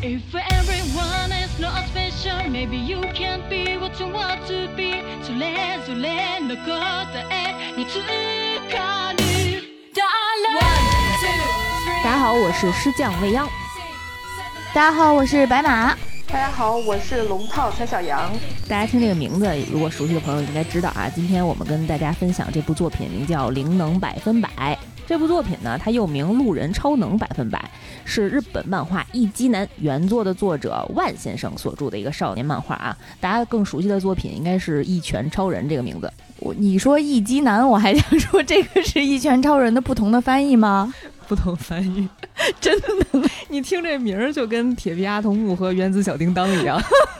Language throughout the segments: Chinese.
If everyone is not special, maybe you can't be what you want to be. それぞれの答えにつかる。 大家好，我是师匠未央。 大家好，我是白马。 大家好，我是龙套蔡小杨。 大家听这个名字，如果熟悉的朋友应该知道啊，今天我们跟大家分享这部作品名叫《灵能百分百》。这部作品呢，它又名《路人超能百分百》，是日本漫画《一击男》原作的作者万先生所著的一个少年漫画啊。大家更熟悉的作品应该是《一拳超人》这个名字。 你说一击男，我还想说这个是一拳超人的不同的翻译吗？ 不同翻译，真的，你听这名儿就跟铁臂阿童木和原子小叮当一样。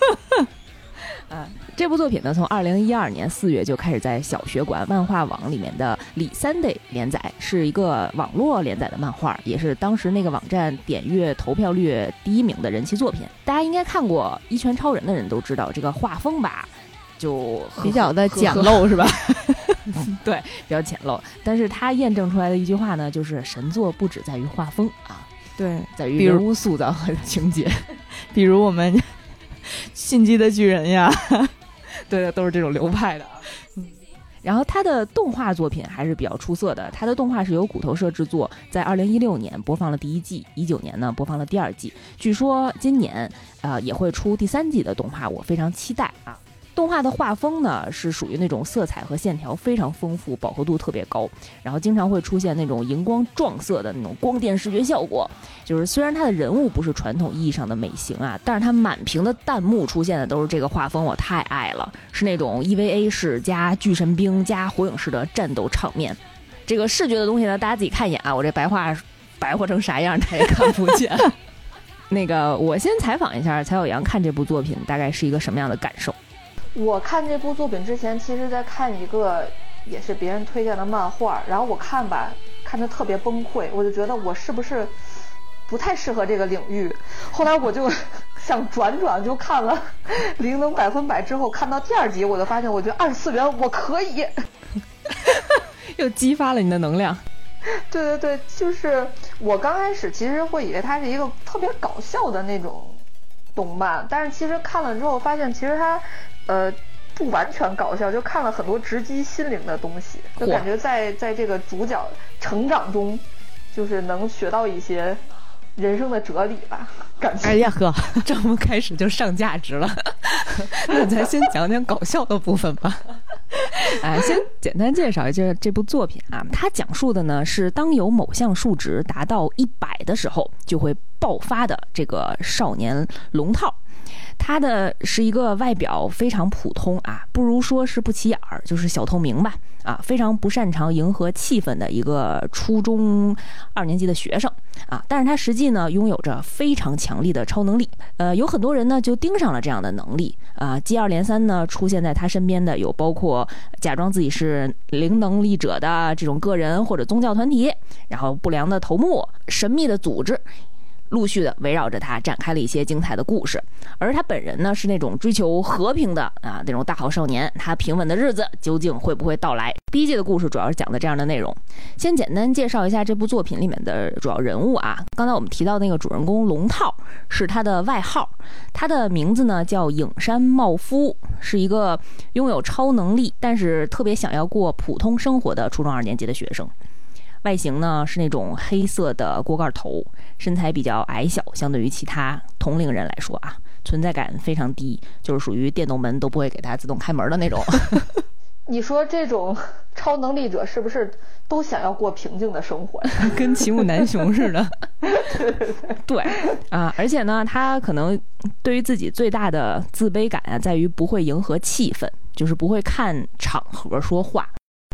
这部作品呢，从2012年4月就开始在小学馆漫画网里面的李Sunday连载，是一个网络连载的漫画，也是当时那个网站点阅投票率第1名的人气作品。大家应该看过《一拳超人》的人都知道，这个画风吧就比较的简陋是吧？ 对，比较简陋。但是它验证出来的一句话呢，就是神作不只在于画风啊， 对， 在于人物塑造和情节。 比如我们进击的巨人呀， 对，都是这种流派的。然后他的动画作品还是比较出色的，他的动画是由骨头社制作，在2016年播放了第1季，19年呢播放了第2季，据说今年也会出第3季的动画，我非常期待啊。动画的画风呢是属于那种色彩和线条非常丰富，饱和度特别高，然后经常会出现那种荧光撞色的那种光电视觉效果。就是虽然它的人物不是传统意义上的美型啊，但是它满屏的弹幕出现的都是这个画风，我太爱了，是那种 EVA 式加巨神兵加火影式的战斗场面。这个视觉的东西呢，大家自己看一眼啊，我这白话成啥样大家也看不见。那个我先采访一下蔡小杨，看这部作品大概是一个什么样的感受？ 我看这部作品之前，其实在看一个也是别人推荐的漫画，然后我看着特别崩溃，我就觉得我是不是不太适合这个领域。后来我就想转，就看了《灵能百分百》之后，看到第2集，我就发现我觉得2次元我可以， 又激发了你的能量。 对，就是我刚开始其实会以为它是一个特别搞笑的那种动漫，但是其实看了之后发现，其实它不完全搞笑，就看了很多直击心灵的东西，就感觉在这个主角成长中，就是能学到一些人生的哲理吧，感觉。 哎呀呵，这么开始就上价值了。那咱先讲讲搞笑的部分吧。先简单介绍一下这部作品啊，它讲述的呢是当有某项数值达到100的时候，就会爆发的这个少年龙套。他的是一个外表非常普通啊，不如说是不起眼儿，就是小透明吧啊，非常不擅长迎合气氛的一个初中2年级的学生啊，但是他实际呢拥有着非常强力的超能力，有很多人呢就盯上了这样的能力啊，接二连三呢出现在他身边的有包括假装自己是灵能力者的这种个人或者宗教团体，然后不良的头目、神秘的组织。陆续的围绕着他展开了一些精彩的故事，而他本人呢是那种追求和平的啊那种大好少年，他平稳的日子究竟会不会到来？第1季的故事主要是讲的这样的内容。先简单介绍一下这部作品里面的主要人物啊，刚才我们提到那个主人公龙套是他的外号，他的名字呢叫影山茂夫，是一个拥有超能力但是特别想要过普通生活的初中2年级的学生。外形呢是那种黑色的锅盖头，身材比较矮小，相对于其他同龄人来说啊，存在感非常低，就是属于电动门都不会给他自动开门的那种。 你说这种超能力者是不是都想要过平静的生活？ 跟齐木楠雄似的。对啊，而且呢，他可能对于自己最大的自卑感啊，在于不会迎合气氛，就是不会看场合说话。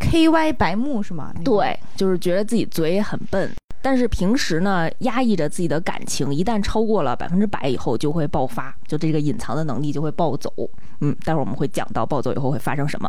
KY 白木是吗？ 对，就是觉得自己嘴很笨，但是平时呢压抑着自己的感情，一旦超过了100%以后就会爆发，就这个隐藏的能力就会暴走。待会儿我们会讲到暴走以后会发生什么。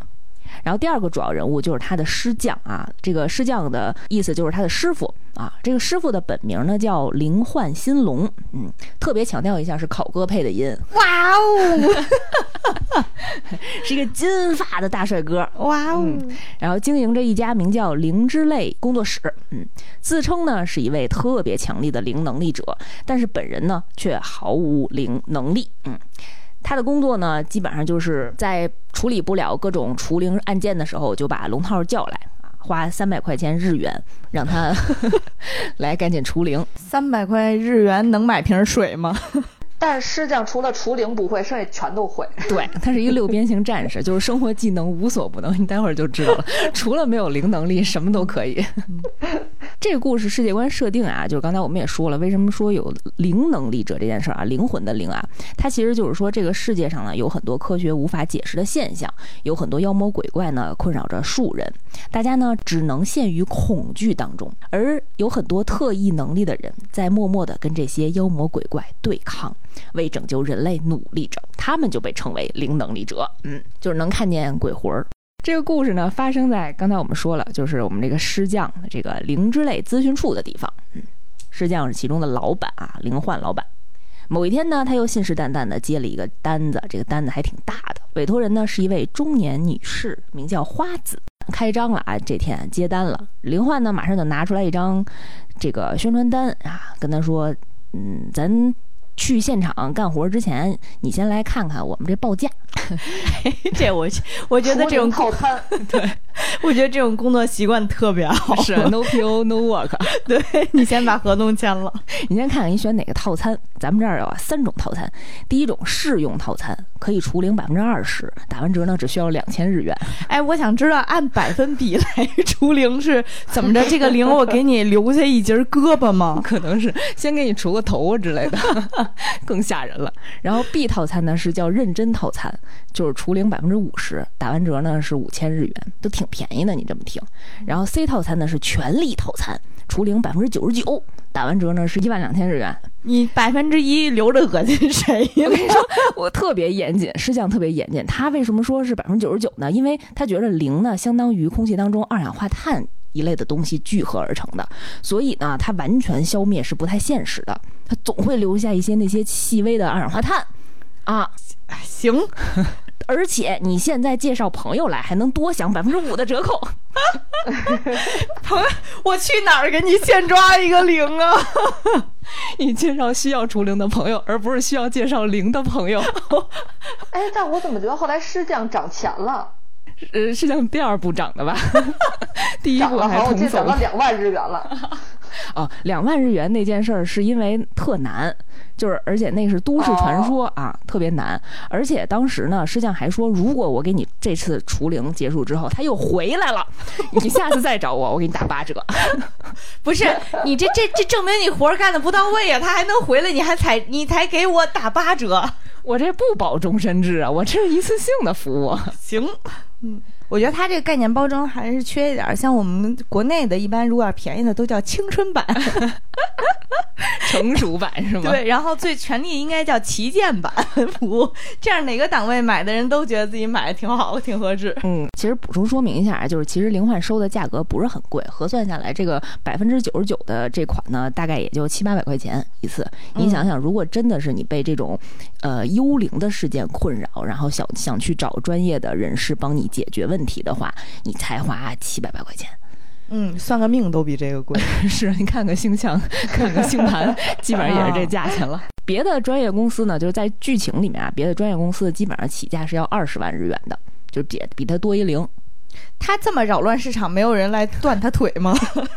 然后第二个主要人物就是他的师匠啊，这个师匠的意思就是他的师傅啊。这个师傅的本名呢叫灵幻新龙，特别强调一下是考哥配的音。 哇哦， 是一个金发的大帅哥。 哇哦， 然后经营着一家名叫灵之泪工作室，自称呢是一位特别强力的灵能力者，但是本人呢却毫无灵能力。他的工作呢，基本上就是在处理不了各种除灵案件的时候，就把龙套叫来啊，花300块钱日元让他来赶紧除灵。 300块日元能买瓶水吗？ 但是师匠除了除灵不会，剩下全都会。 对，他是一个6边形战士，就是生活技能无所不能。你待会儿就知道了，除了没有灵能力，什么都可以。这个故事世界观设定啊，就是刚才我们也说了，为什么说有灵能力者这件事啊，灵魂的灵啊，它其实就是说这个世界上呢有很多科学无法解释的现象，有很多妖魔鬼怪呢困扰着庶人，大家呢只能陷于恐惧当中，而有很多特异能力的人在默默地跟这些妖魔鬼怪对抗，为拯救人类努力着，他们就被称为灵能力者，就是能看见鬼魂。这个故事呢，发生在刚才我们说了，就是我们这个师匠的这个灵之类咨询处的地方。师匠是其中的老板啊，灵幻老板。某一天呢，他又信誓旦旦的接了一个单子，这个单子还挺大的。委托人呢是一位中年女士，名叫花子。开张了啊，这天接单了。灵幻呢马上就拿出来一张这个宣传单啊，跟他说，咱去现场干活之前，你先来看看我们这报价。 这我觉得这种套餐， 对，我觉得这种工作习惯特别好。 是 no PO no work。 对，你先把合同签了， 你先看看你选哪个套餐。咱们这儿有3种套餐，第一种试用套餐，可以除灵20%，打完折呢只需要2000日元。 哎，我想知道按百分比来除灵是怎么着？这个灵我给你留下一截胳膊吗？ 可能是先给你除个头之类的，更吓人了。然后 B 套餐呢是叫认真套餐，就是除灵50%，打完折呢是5000日元，都挺便宜的，你这么听。然后 C 套餐呢是全力套餐，除灵99%，打完折呢是12000日元。 你1%留着恶心谁呀？ 我跟你说，我特别严谨，师匠特别严谨。他为什么说是99%呢？因为他觉得灵呢相当于空气当中二氧化碳一类的东西聚合而成的，所以呢它完全消灭是不太现实的，它总会留下一些那些细微的二氧化碳啊。 行， 而且你现在介绍朋友来还能多享5%的折扣。 朋友，我去哪儿给你现抓一个灵啊？ 你介绍需要除灵的朋友，而不是需要介绍灵的朋友。 哎，但我怎么觉得后来师匠涨钱了？ 师匠第2步涨的吧？第一步还我记得涨同走到2万日元了。 哦，2万日元那件事儿是因为特难，就是而且那是都市传说啊，特别难。而且当时呢，师匠还说，如果我给你这次除灵结束之后，他又回来了，你下次再找我，我给你打8折。 不是你这证明你活干的不到位啊！他还能回来，你才给我打8折， 我这不保终身制啊，我这是一次性的服务。 行，我觉得他这个概念包装还是缺一点，像我们国内的一般，如果要便宜的都叫青春版、 成熟版是吗？ 对，然后最权力应该叫旗舰版服务，这样哪个档位买的人都觉得自己买的挺好，挺合适。 其实补充说明一下，就是其实灵幻收的价格不是很贵，核算下来这个99%的这款呢，大概也就700-800块钱一次。你想想，如果真的是你被这种幽灵的事件困扰，然后想去找专业的人士帮你解决问题的话，你才花700-800块钱。 算个命都比这个贵。 是，你看个星象，看个星盘，基本上也是这价钱了。别的专业公司呢，就是在剧情里面啊，别的专业公司基本上起价是要20万日元的，就是比它多一零。 他这么扰乱市场，没有人来断他腿吗？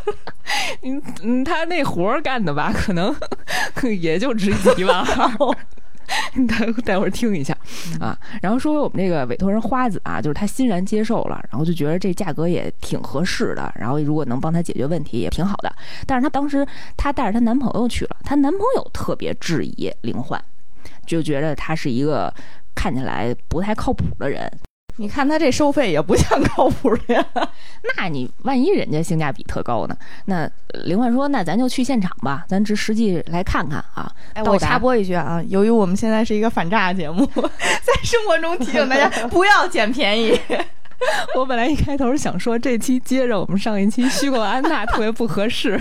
他那活干的吧，可能也就值1万2。待会儿听一下啊。然后说回我们这个委托人花子啊，就是他欣然接受了，然后就觉得这价格也挺合适的，然后如果能帮他解决问题也挺好的。但是他当时她带着她男朋友去了，她男朋友特别质疑灵幻，就觉得他是一个看起来不太靠谱的人。 你看他这收费也不像靠谱的呀。 那你万一人家性价比特高呢？那灵幻说，那咱就去现场吧，咱实际来看看啊。 我插播一句啊，由于我们现在是一个反诈节目，在生活中提醒大家不要捡便宜。 我本来一开头想说这期接着我们上一期虚构安娜特别不合适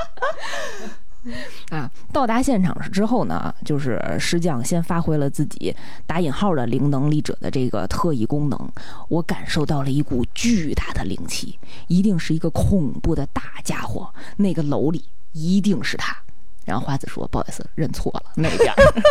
啊。到达现场之后呢，就是师匠先发挥了自己打引号的灵能力者的这个特异功能，我感受到了一股巨大的灵气，一定是一个恐怖的大家伙，那个楼里一定是他。然后花子说不好意思认错了，那边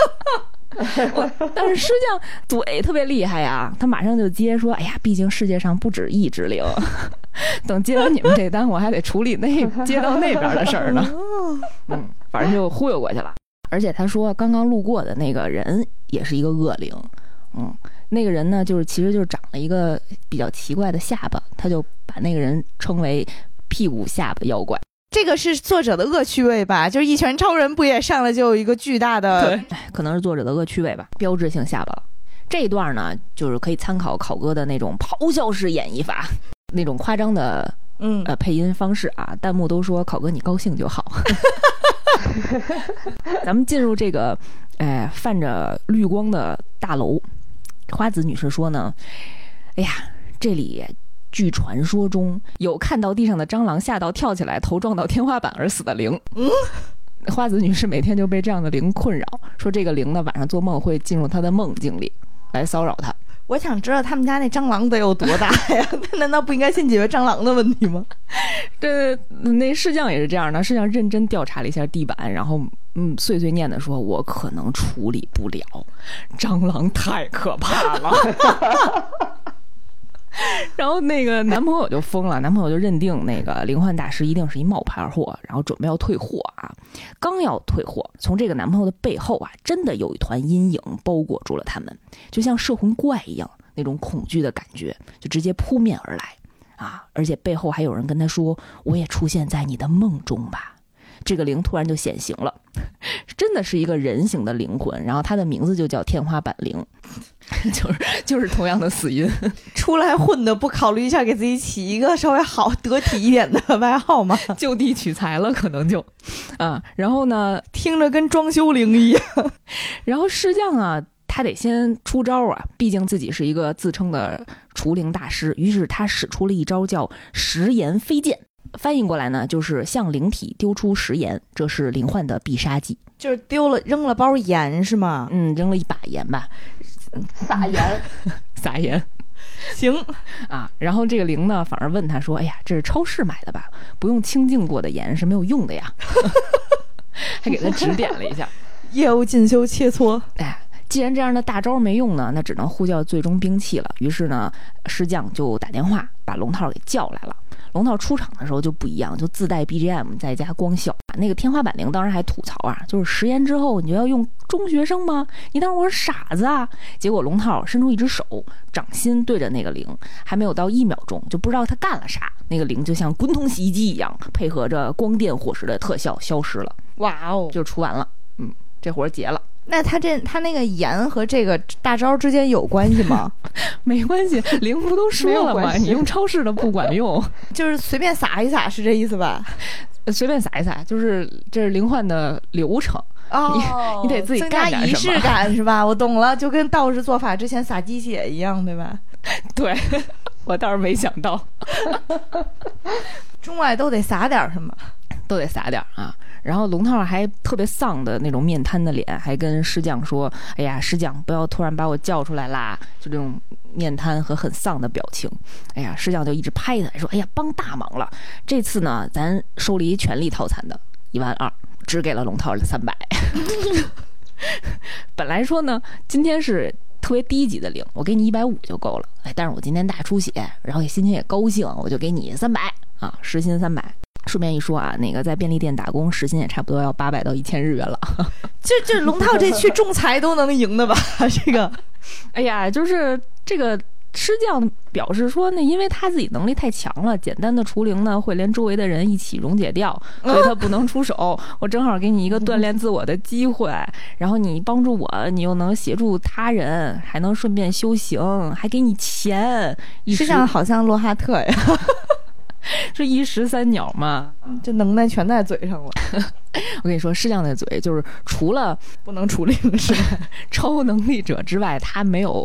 但是师匠嘴特别厉害呀，他马上就接说，哎呀，毕竟世界上不止一只灵，等接到你们这单我还得处理接到那边的事儿呢。反正就忽悠过去了。而且他说刚刚路过的那个人也是一个恶灵，那个人呢其实就是长了一个比较奇怪的下巴，他就把那个人称为屁股下巴妖怪。 这个是作者的恶趣味吧？就是一拳超人不也上来就有一个巨大的， 对，可能是作者的恶趣味吧，标志性下巴了。这一段呢，就是可以参考考哥的那种咆哮式演绎法，那种夸张的配音方式啊。弹幕都说考哥你高兴就好。咱们进入这个泛着绿光的大楼，花子女士说呢，哎呀，这里据传说中有看到地上的蟑螂吓到跳起来头撞到天花板而死的灵。花子女士每天就被这样的灵困扰，说这个灵呢晚上做梦会进入她的梦境里来骚扰她。 我想知道他们家那蟑螂得有多大呀？那难道不应该先解决蟑螂的问题吗？ 对，那师匠也是这样的，师匠认真调查了一下地板，然后碎碎念的说，我可能处理不了，蟑螂太可怕了。然后那个男朋友就疯了，男朋友就认定那个灵幻大师一定是一冒牌货，然后准备要退货啊。刚要退货，从这个男朋友的背后啊，真的有一团阴影包裹住了他们，就像摄魂怪一样，那种恐惧的感觉就直接扑面而来啊！而且背后还有人跟他说，我也出现在你的梦中吧。这个灵突然就显形了，真的是一个人形的灵魂，然后他的名字就叫天花板灵。就是同样的死因。 出来混的不考虑一下给自己起一个稍微好得体一点的外号吗？ 就地取材了可能就然后呢听着跟装修灵一样。 然后师匠啊他得先出招啊，毕竟自己是一个自称的除灵大师，于是他使出了一招叫食盐飞剑，翻译过来呢就是向灵体丢出食盐，这是灵幻的必杀技， 就是扔了包盐是吗？ 扔了一把盐吧， 撒盐撒盐行啊。然后这个灵呢反而问他说，哎呀，这是超市买的吧，不用清净过的盐是没有用的呀。还给他指点了一下。 业务进修切磋。 既然这样的大招没用呢，那只能呼叫最终兵器了。于是呢，师匠就打电话把龙套给叫来了。龙套出场的时候就不一样，就自带 BGM 再加光效。那个天花板灵当时还吐槽啊，就是食盐之后你就要用中学生吗？你当我是傻子啊？结果龙套伸出一只手，掌心对着那个灵，还没有到1秒钟，就不知道他干了啥，那个灵就像滚筒洗衣机一样，配合着光电火石的特效消失了。 哇哦， 就出完了，这活结了。 那他那个盐和这个大招之间有关系吗？ 没关系，灵不都说了吗？你用超市的不管用， 就是随便撒一撒，是这意思吧？ 随便撒一撒，就是这是灵幻的流程。你得自己干点什么， 增加仪式感是吧？我懂了，就跟道士做法之前撒鸡血一样，对吧？ 对，我倒是没想到。 中外都得撒点什么， 都得撒点啊。然后龙套还特别丧的那种面瘫的脸，还跟师匠说，哎呀，师匠不要突然把我叫出来啦，就这种面瘫和很丧的表情。哎呀，师匠就一直拍他说，哎呀，帮大忙了，这次呢咱收了一权利套餐的12000，只给了龙套300。本来说呢今天是特别低级的灵，我给你150就够了，但是我今天大出血，然后也心情也高兴，我就给你300啊，时薪300。顺便一说啊，那个在便利店打工，时薪也差不多要800到1000日元了。 这龙套这去仲裁都能赢的吧？这个， 哎呀，就是这个师匠表示说呢，因为他自己能力太强了，简单的除灵呢会连周围的人一起溶解掉，所以他不能出手。我正好给你一个锻炼自我的机会，然后你帮助我，你又能协助他人，还能顺便修行，还给你钱。 师匠好像洛哈特呀。 是一石三鸟嘛， 这能耐全在嘴上了。 我跟你说，师匠的嘴就是除了不能除灵是吧？ 超能力者之外，他没有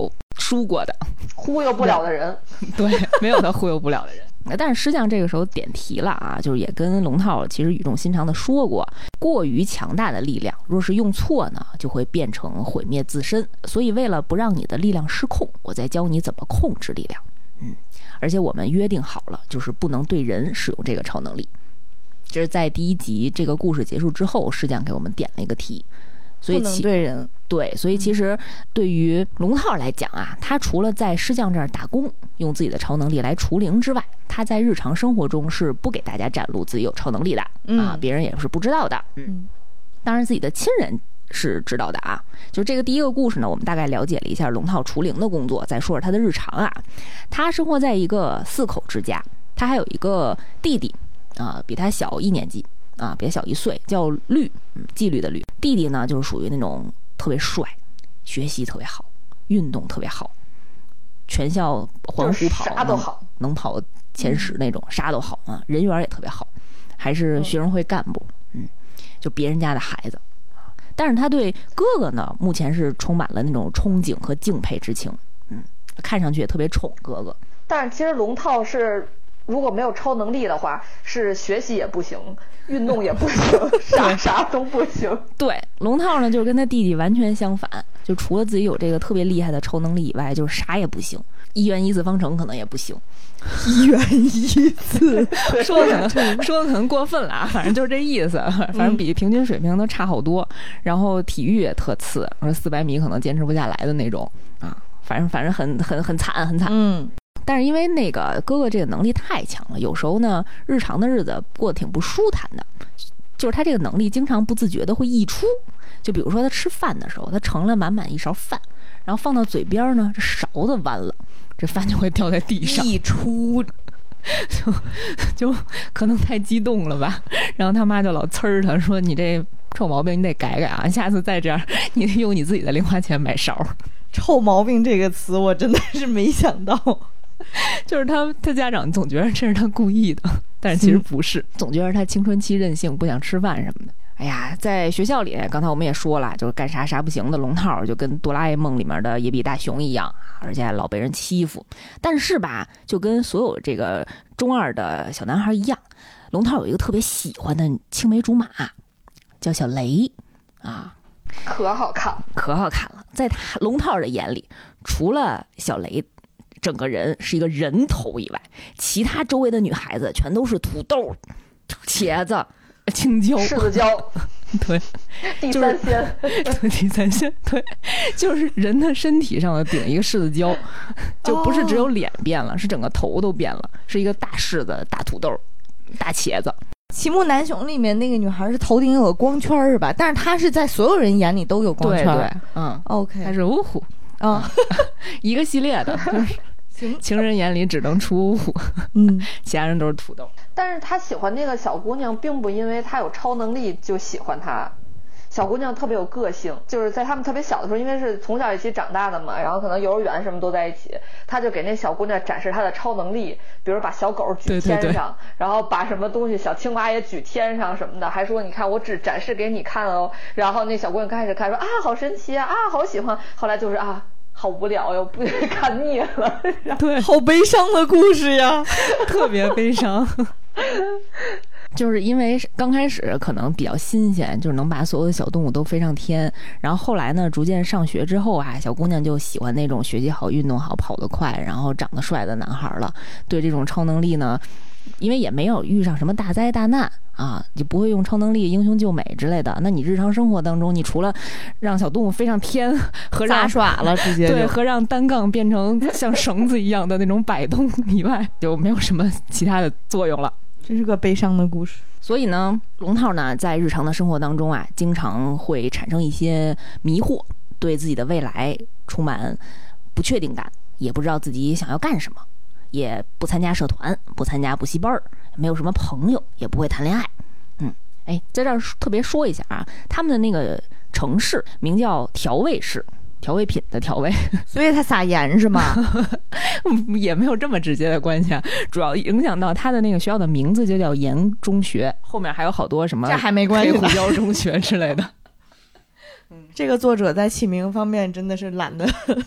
输过的， 忽悠不了的人。 对，没有他忽悠不了的人。但是师匠这个时候点题了啊，就是也跟龙套其实语重心长的说过，过于强大的力量若是用错呢，就会变成毁灭自身。所以为了不让你的力量失控，我在教你怎么控制力量。而且我们约定好了，就是不能对人使用这个超能力。这是在第一集这个故事结束之后，师匠给我们点了一个题。所以不能对人， 对，所以其实对于龙套来讲啊，他除了在师匠这儿打工，用自己的超能力来除灵之外，他在日常生活中是不给大家展露自己有超能力的啊，别人也是不知道的。当然自己的亲人是知道的啊。就这个第一个故事呢，我们大概了解了一下龙套除灵的工作，再说说他的日常啊。他生活在一个4口之家，他还有一个弟弟啊，比他小1年级。啊，比他小1岁，叫律，纪律的律。弟弟呢，就是属于那种特别帅，学习特别好，运动特别好，全校环湖跑， 啥都好， 能跑前10那种，啥都好啊，人缘也特别好，还是学生会干部，就别人家的孩子。但是他对哥哥呢，目前是充满了那种憧憬和敬佩之情，看上去也特别宠哥哥。 但是其实龙套是，如果没有超能力的话，是学习也不行，运动也不行，啥都不行。 对，龙套呢就是跟他弟弟完全相反，就除了自己有这个特别厉害的超能力以外，就是啥也不行。1元1次方程可能也不行 ，1元1次说的可能过分了啊，反正就是这意思，反正比平均水平都差好多。然后体育也特次，400米可能坚持不下来的那种啊，反正很惨很惨。但是因为那个哥哥这个能力太强了，有时候呢日常的日子过得挺不舒坦的，就是他这个能力经常不自觉的会溢出。就比如说他吃饭的时候，他盛了满满一勺饭，然后放到嘴边呢，这勺子弯了，这饭就会掉在地上， 溢出就可能太激动了吧。然后他妈就老呲他说：“你这臭毛病你得改改啊，下次再这样你得用你自己的零花钱买勺。” 臭毛病这个词我真的是没想到。 就是他家长总觉得这是他故意的，但是其实不是，总觉得他青春期任性，不想吃饭什么的。哎呀，在学校里，刚才我们也说了，就是干啥不行的龙套，就跟哆啦 A 梦里面的野比大雄一样，而且老被人欺负。但是吧，就跟所有这个中2的小男孩一样，龙套有一个特别喜欢的青梅竹马，叫小雷啊， 可好看了。在他龙套的眼里，除了小雷整个人是一个人头以外，其他周围的女孩子全都是土豆、茄子、青椒、 柿子椒， 对， 第三鲜， 对，第三鲜，对，就是人的身体上的顶一个柿子椒，就不是只有脸变了，是整个头都变了，是一个大柿子、大土豆、大茄子。 齐木楠雄里面那个女孩是头顶有个光圈是吧？但是她是在所有人眼里都有光圈， 对 ，OK， 她是呜呼一个系列的。情人眼里只能出呜，其他人都是土豆。 但是他喜欢那个小姑娘，并不因为她有超能力就喜欢她。小姑娘特别有个性，就是在他们特别小的时候，因为是从小一起长大的嘛，然后可能幼儿园什么都在一起，他就给那小姑娘展示她的超能力，比如把小狗举天上，对，然后把什么东西小青蛙也举天上什么的，还说你看我只展示给你看哦。然后那小姑娘开始看说啊好神奇啊好喜欢，后来就是啊好无聊哟，不看腻了。 对，好悲伤的故事呀， 特别悲伤。就是因为刚开始可能比较新鲜，就是能把所有的小动物都飞上天，然后后来呢，逐渐上学之后啊，小姑娘就喜欢那种学习好、运动好、跑得快，然后长得帅的男孩了。对这种超能力呢，因为也没有遇上什么大灾大难啊，就不会用超能力英雄救美之类的。那你日常生活当中，你除了让小动物飞上天和让杂耍了，直接对和让单杠变成像绳子一样的那种摆动以外，就没有什么其他的作用了。 真是个悲伤的故事。 所以呢，龙套呢在日常的生活当中啊，经常会产生一些迷惑，对自己的未来充满不确定感，也不知道自己想要干什么，也不参加社团，不参加补习班，没有什么朋友，也不会谈恋爱。在这儿特别说一下啊，他们的那个城市名叫调味市，调味品的调味， 所以他撒盐是吗？ 也没有这么直接的关系啊，主要影响到他的那个学校的名字就叫盐中学，后面还有好多什么这还没关系， 黑胡椒中学之类的。 这个作者在起名方面真的是懒得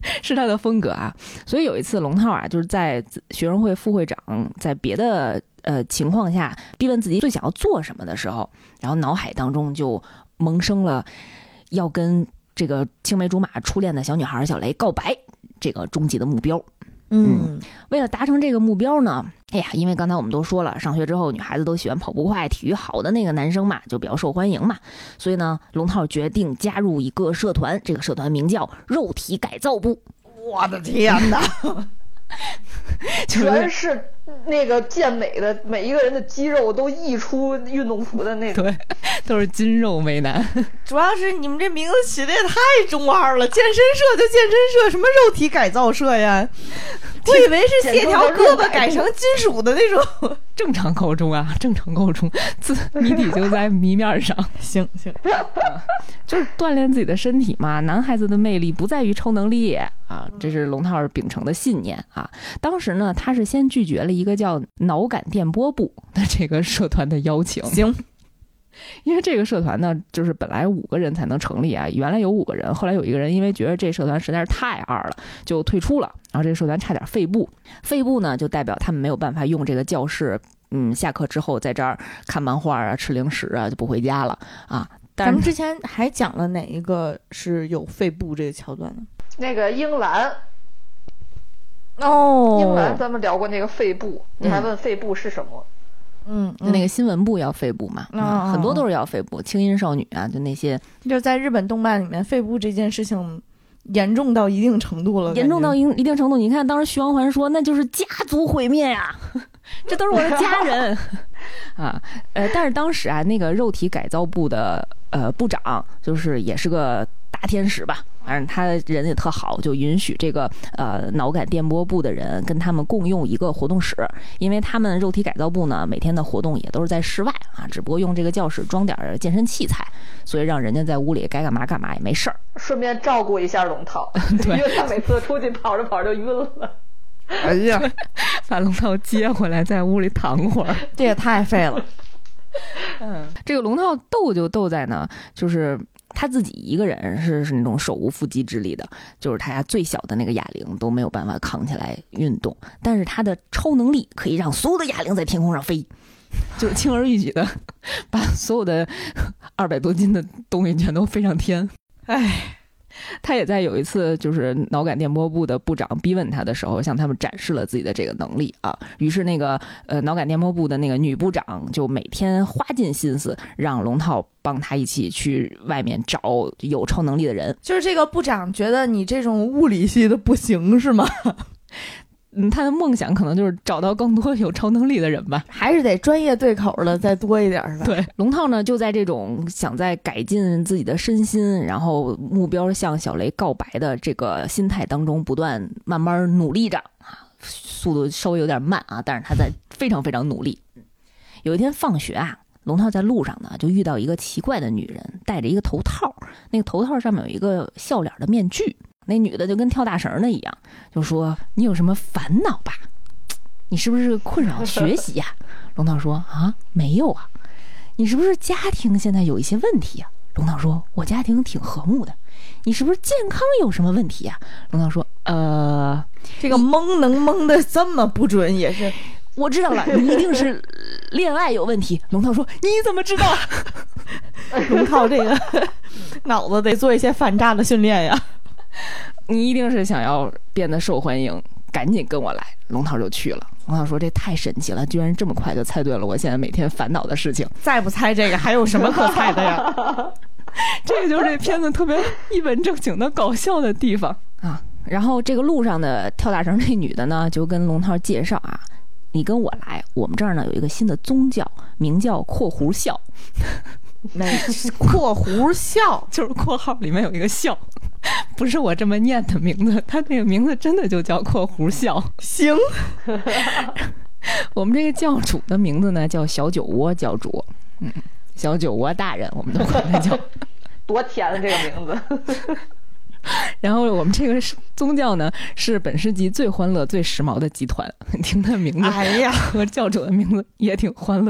是他的风格啊。所以有一次龙套啊，就是在学生会副会长在别的情况下逼问自己最想要做什么的时候，然后脑海当中就萌生了要跟这个青梅竹马初恋的小女孩小雷告白这个终极的目标。为了达成这个目标呢，哎呀，因为刚才我们都说了，上学之后女孩子都喜欢跑步快、体育好的那个男生嘛，就比较受欢迎嘛，所以呢，龙套决定加入一个社团，这个社团名叫肉体改造部。 我的天哪！ 全是那个健美的，每一个人的肌肉都溢出运动服的那种， 对，都是筋肉美男。 主要是你们这名字起的也太中二了，健身社就健身社，什么肉体改造社呀？我以为是卸条胳膊改成金属的那种。 正常高中啊，正常高中，谜底就在谜面上。 行， 就是锻炼自己的身体嘛。男孩子的魅力不在于超能力啊，这是龙套秉承的信念啊。当时呢，他是先拒绝了一个叫脑感电波部的这个社团的邀请。 行。 因为这个社团呢，就是本来5个人才能成立啊，原来有5个人，后来有一个人因为觉得这社团实在是太二了，就退出了，然后这个社团差点废部。废部呢，就代表他们没有办法用这个教室，下课之后在这儿看漫画啊、吃零食啊，就不回家了啊。 咱们之前还讲了哪一个是有废部这个桥段呢？ 那个英兰。 哦， 英兰咱们聊过那个废部，你还问废部是什么？ 那个新闻部要废部嘛，很多都是要废部，轻音少女啊，就那些， 就在日本动漫里面，废部这件事情严重到一定程度了， 严重到一定程度。你看当时徐光环说，那就是家族毁灭呀，这都是我的家人啊。但是当时啊，那个肉体改造部的部长就是也是个大天使吧。反正他人也特好，就允许这个脑感电波部的人跟他们共用一个活动室，因为他们肉体改造部呢每天的活动也都是在室外啊，只不过用这个教室装点健身器材，所以让人家在屋里该干嘛干嘛也没事儿， 顺便照顾一下龙套， 对， 因为他每次出去跑着跑着就晕了。 哎呀， 把龙套接回来，在屋里躺会儿， 这也太废了。 这个龙套斗就斗在呢，就是他自己一个人是那种手无缚鸡之力的，就是他家最小的那个哑铃都没有办法扛起来运动，但是他的超能力可以让所有的哑铃在天空上飞，就是轻而易举的把所有的200多斤的东西全都飞上天。哎，他也在有一次就是脑感电波部的部长逼问他的时候，向他们展示了自己的这个能力啊。于是那个脑感电波部的那个女部长就每天花尽心思让龙套帮他一起去外面找有超能力的人。 就是这个部长觉得你这种物理系的不行是吗？ 他的梦想可能就是找到更多有超能力的人吧， 还是得专业对口的再多一点是吧？ 对，龙套呢就在这种想在改进自己的身心，然后目标向小雷告白的这个心态当中不断慢慢努力着啊，速度稍微有点慢啊，但是他在非常非常努力。有一天放学啊，龙套在路上呢就遇到一个奇怪的女人，戴着一个头套，那个头套上面有一个笑脸的面具。那女的就跟跳大绳的一样，就说你有什么烦恼吧？你是不是困扰学习呀？龙套说啊，没有啊。你是不是家庭现在有一些问题呀？龙套说我家庭挺和睦的。你是不是健康有什么问题呀？龙套说这个蒙能蒙的这么不准也是。 我知道了，你一定是恋爱有问题。龙套说你怎么知道？ 龙套这个脑子得做一些反诈的训练呀。 你一定是想要变得受欢迎，赶紧跟我来。龙套就去了。龙套说这太神奇了，居然这么快就猜对了我现在每天烦恼的事情。 再不猜这个还有什么可猜的呀？ 这个就是这片子特别一本正经的搞笑的地方啊。然后这个路上的跳大绳这女的呢就跟龙套介绍啊，你跟我来，我们这儿呢有一个新的宗教，名叫括弧笑。 括弧笑就是括号里面有一个笑，不是我这么念的名字，他那个名字真的就叫括弧笑。 行。 我们这个教主的名字呢叫小酒窝教主，小酒窝大人我们都管他叫。 多甜的这个名字。 然后我们这个宗教呢是本世纪最欢乐最时髦的集团，听他名字， 哎呀， 和教主的名字也挺欢乐的。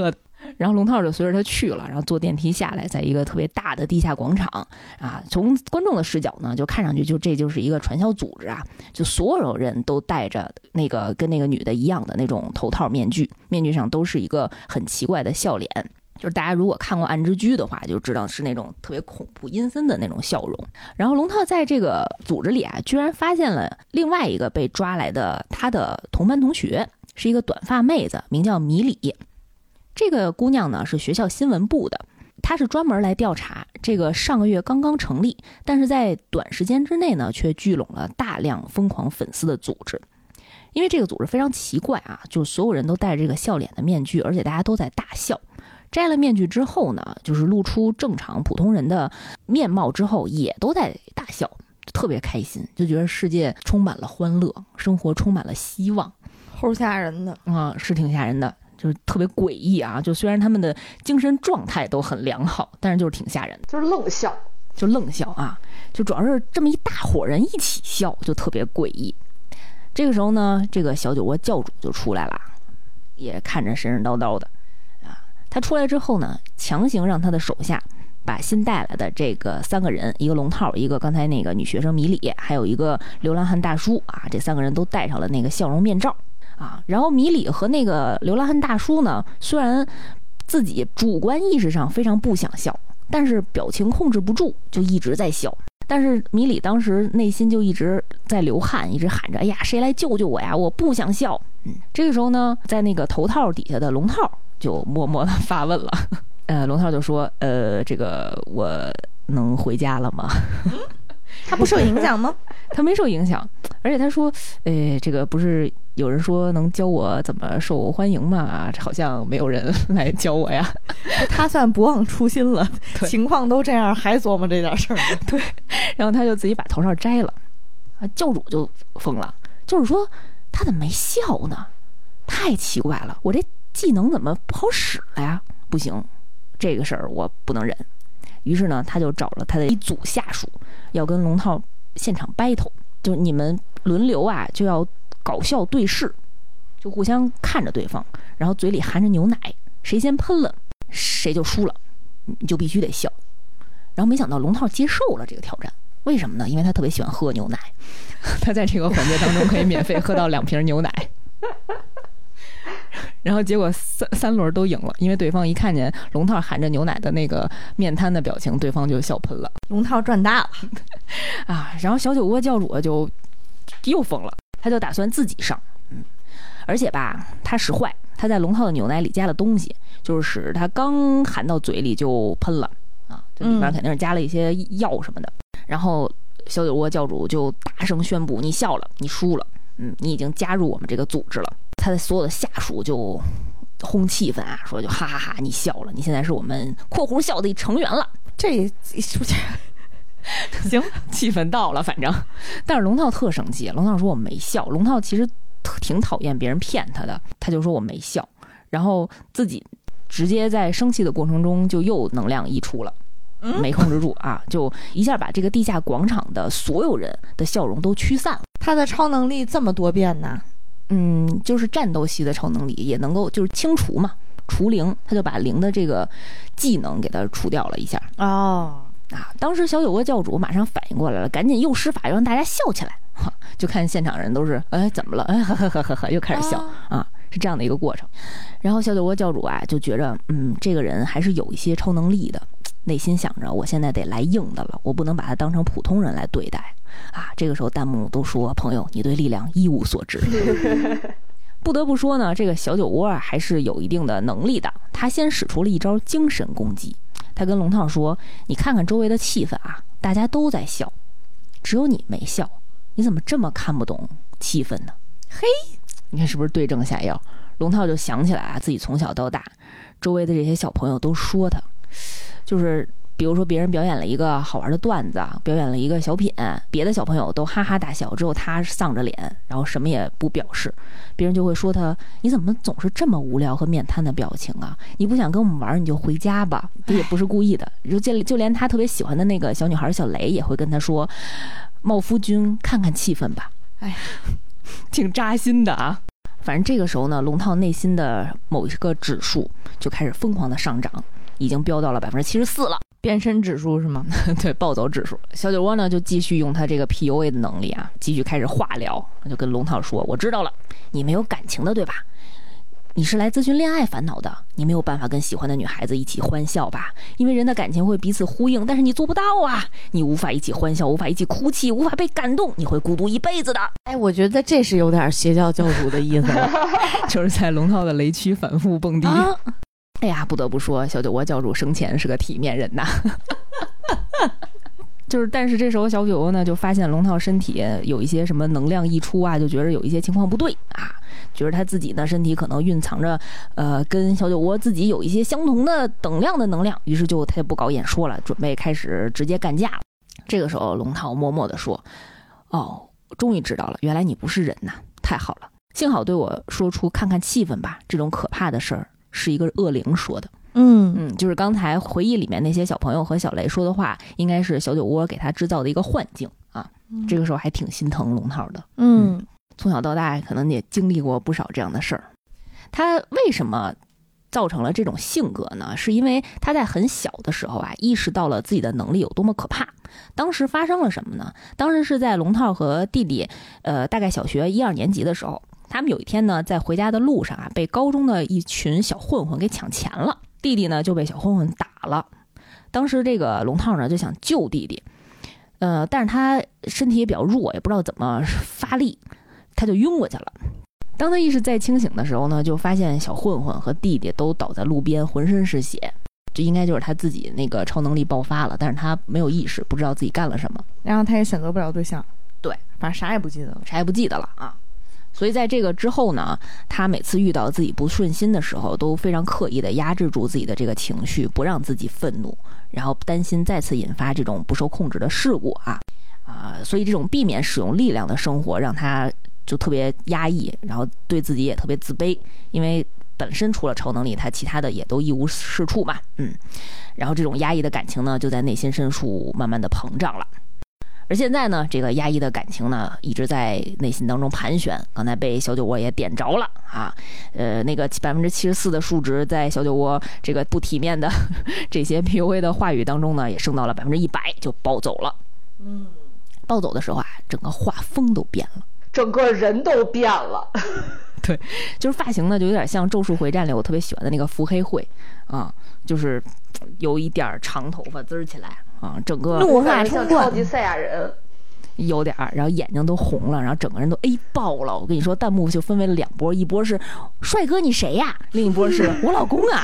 然后龙套就随着他去了，然后坐电梯下来，在一个特别大的地下广场啊，从观众的视角呢，就看上去这就是一个传销组织啊，就所有人都戴着那个跟那个女的一样的那种头套面具，面具上都是一个很奇怪的笑脸。就是大家如果看过《暗之居》的话，就知道是那种特别恐怖阴森的那种笑容。然后龙套在这个组织里啊，居然发现了另外一个被抓来的他的同班同学，是一个短发妹子，名叫米里。这个姑娘呢是学校新闻部的，她是专门来调查这个上个月刚刚成立，但是在短时间之内呢却聚拢了大量疯狂粉丝的组织。因为这个组织非常奇怪啊，就是所有人都戴着这个笑脸的面具，而且大家都在大笑。摘了面具之后呢，就是露出正常普通人的面貌之后，也都在大笑，特别开心，就觉得世界充满了欢乐，生活充满了希望， 齁吓人的啊，是挺吓人的，就是特别诡异啊。就虽然他们的精神状态都很良好，但是就是挺吓人的， 就是愣笑， 就愣笑啊，就主要是这么一大伙人一起笑，就特别诡异。这个时候呢，这个小酒窝教主就出来了，也看着神神叨叨的。他出来之后呢，强行让他的手下把新带来的这个3个人，一个龙套，一个刚才那个女学生米里，还有一个流浪汉大叔啊，这3个人都戴上了那个笑容面罩啊。然后米里和那个流浪汉大叔呢，虽然自己主观意识上非常不想笑，但是表情控制不住，就一直在笑。但是米里当时内心就一直在流汗，一直喊着：“哎呀，谁来救救我呀！我不想笑。”这个时候呢，在那个头套底下的龙套就默默的发问了，龙套就说：“这个我能回家了吗？” 他不受影响吗？ 他没受影响，而且他说：“这个不是有人说能教我怎么受欢迎吗？好像没有人来教我呀。” 他算不忘初心了，情况都这样，还琢磨这点事儿。 对，然后他就自己把头罩摘了，教主就疯了，就是说他怎么没笑呢？太奇怪了，我这技能怎么不好使了呀？不行，这个事儿我不能忍。于是呢，他就找了他的一组下属，要跟龙套现场 battle， 就你们轮流啊，就要搞笑对视，就互相看着对方，然后嘴里含着牛奶，谁先喷了，谁就输了，你就必须得笑。然后没想到龙套接受了这个挑战，为什么呢？因为他特别喜欢喝牛奶，他在这个环节当中可以免费喝到2瓶牛奶。然后结果三轮都赢了，因为对方一看见龙套含着牛奶的那个面瘫的表情，对方就笑喷了。 龙套赚大了啊！然后小酒窝教主就又疯了，他就打算自己上，而且吧，他使坏，他在龙套的牛奶里加了东西，就是使他刚含到嘴里就喷了啊，这里面肯定是加了一些药什么的。然后小酒窝教主就大声宣布：“你笑了，你输了，你已经加入我们这个组织了。”他的所有的下属就轰气氛啊，说就哈哈哈，你笑了，你现在是我们括弧校的成员了。 这行， 气氛到了，反正。但是龙套特生气，龙套说我没笑。龙套其实挺讨厌别人骗他的，他就说我没笑，然后自己直接在生气的过程中就又能量溢出了。没控制住啊，就一下把这个地下广场的所有人的笑容都驱散了。 他的超能力这么多变呢？ 就是战斗系的超能力也能够就是清除嘛，除灵，他就把灵的这个技能给他除掉了一下。当时小酒窝教主马上反应过来了，赶紧又施法让大家笑起来，就看现场人都是怎么了，呵呵呵呵呵，又开始笑啊，是这样的一个过程。然后小酒窝教主啊就觉着这个人还是有一些超能力的，内心想着我现在得来硬的了，我不能把他当成普通人来对待啊。这个时候弹幕都说朋友你对力量一无所知。不得不说呢，这个小酒窝还是有一定的能力的。他先使出了一招精神攻击，他跟龙套说，你看看周围的气氛啊，大家都在笑，只有你没笑，你怎么这么看不懂气氛呢？ 嘿， 你看是不是对症下药？龙套就想起来啊，自己从小到大周围的这些小朋友都说他，就是比如说别人表演了一个好玩的段子，表演了一个小品，别的小朋友都哈哈大笑，只有他丧着脸，然后什么也不表示，别人就会说他，你怎么总是这么无聊和面瘫的表情啊？你不想跟我们玩你就回家吧。这也不是故意的，就连他特别喜欢的那个小女孩小雷也会跟他说，茂夫君看看气氛吧。哎，挺扎心的啊。 反正这个时候呢，龙套内心的某一个指数就开始疯狂的上涨，已经飙到了74%了。 变身指数是吗？ 对，暴走指数。小酒窝呢就继续用他这个 PUA 的能力啊，继续开始话聊，就跟龙套说：“我知道了，你没有感情的，对吧？你是来咨询恋爱烦恼的，你没有办法跟喜欢的女孩子一起欢笑吧？因为人的感情会彼此呼应，但是你做不到啊！你无法一起欢笑，无法一起哭泣，无法被感动，你会孤独一辈子的。” 哎，我觉得这是有点邪教教主的意思了， 就是在龙套的雷区反复蹦迪。 啊哎呀，不得不说，小酒窝教主生前是个体面人呐。但是这时候小酒窝呢就发现龙套身体有一些什么能量溢出啊，就觉得有一些情况不对啊，觉得他自己呢身体可能蕴藏着跟小酒窝自己有一些相同的等量的能量，于是他就不搞演说了，准备开始直接干架了。这个时候龙套默默地说：“哦，终于知道了，原来你不是人呐，太好了，幸好对我说出看看气氛吧，这种可怕的事儿是一个恶灵说的。”就是刚才回忆里面那些小朋友和小雷说的话，应该是小酒窝给他制造的一个幻境啊。这个时候还挺心疼龙套的。从小到大可能也经历过不少这样的事儿。他为什么造成了这种性格呢？是因为他在很小的时候啊，意识到了自己的能力有多么可怕。当时发生了什么呢？当时是在龙套和弟弟大概小学1、2年级的时候，他们有一天呢在回家的路上啊，被高中的一群小混混给抢钱了。弟弟呢就被小混混打了，当时这个龙套呢就想救弟弟，但是他身体也比较弱，也不知道怎么发力，他就晕过去了。当他意识再清醒的时候呢，就发现小混混和弟弟都倒在路边，浑身是血，这应该就是他自己那个超能力爆发了，但是他没有意识，不知道自己干了什么， 然后他也选择不了对象， 对， 反正啥也不记得了， 啥也不记得了啊。所以在这个之后呢，他每次遇到自己不顺心的时候，都非常刻意的压制住自己的这个情绪，不让自己愤怒，然后担心再次引发这种不受控制的事故所以这种避免使用力量的生活让他就特别压抑，然后对自己也特别自卑，因为本身除了超能力，他其他的也都一无是处嘛。然后这种压抑的感情呢，就在内心深处慢慢的膨胀了。而现在呢，这个压抑的感情呢，一直在内心当中盘旋。刚才被小酒窝也点着了啊，那个74%的数值，在小酒窝这个不体面的这些 PUA 的话语当中呢，也升到了100%，就暴走了。暴走的时候啊，整个画风都变了， 整个人都变了。 对，就是发型呢，就有点像《咒术回战》里我特别喜欢的那个伏黑惠啊，就是有一点长头发滋起来。整个怒发冲冠， 超级赛亚人有点，然后眼睛都红了，然后整个人都 A 爆了。我跟你说，弹幕就分为了2波，一波是帅哥你谁呀，另一波是我老公啊。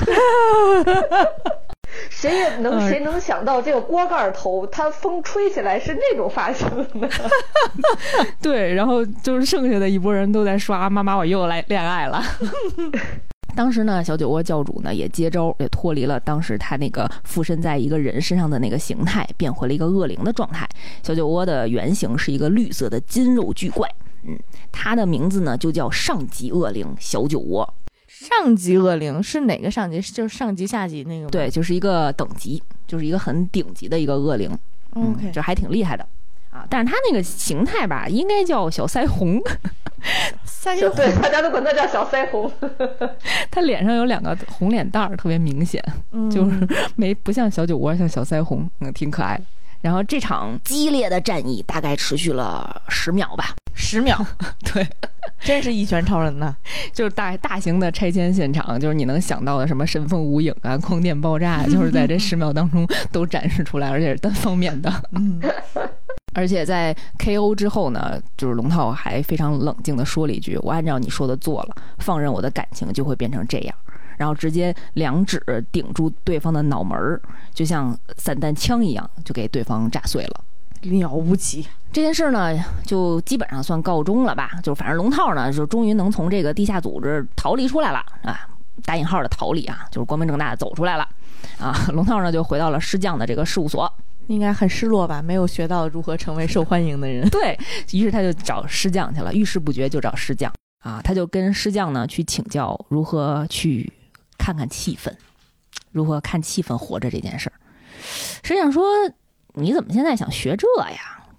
谁能想到这个锅盖头，他风吹起来是那种发型呢？ 对，然后就是剩下的一波人都在刷妈妈我又来恋爱了。当时呢，小酒窝教主呢也接招，也脱离了当时他那个附身在一个人身上的那个形态，变回了一个恶灵的状态。小酒窝的原型是一个绿色的金肉巨怪，他的名字呢就叫上级恶灵小酒窝。 上级恶灵是哪个上级？就是上级下级那个吗？ 对，就是一个等级，就是一个很顶级的一个恶灵。 OK， 就还挺厉害的啊。但是他那个形态吧，应该叫小腮红。 腮红，对，大家都管他叫小腮红。 他脸上有2个红脸蛋儿，特别明显，就是不像小酒窝，像小腮红，挺可爱的。然后这场激烈的战役大概持续了10秒吧 ，10秒， 对， 真是一拳超人呐！ 就是大型的拆迁现场，就是你能想到的什么神风无影啊、光电爆炸，就是在这10秒当中都展示出来，而且是单方面的。而且在 KO 之后呢，就是龙套还非常冷静地说了一句：“我按照你说的做了，放任我的感情就会变成这样。”然后直接2指顶住对方的脑门，就像散弹枪一样，就给对方炸碎了。 了不起！ 这件事呢，就基本上算告终了吧。就反正龙套呢，就终于能从这个地下组织逃离出来了啊，打引号的逃离啊，就是光明正大的走出来了啊。龙套呢就回到了师匠的这个事务所。 应该很失落吧，没有学到如何成为受欢迎的人。 对，于是他就找师匠去了，遇事不决就找师匠啊。他就跟师匠呢去请教如何去看看气氛，如何看气氛活着这件事儿。师匠说：“你怎么现在想学这呀？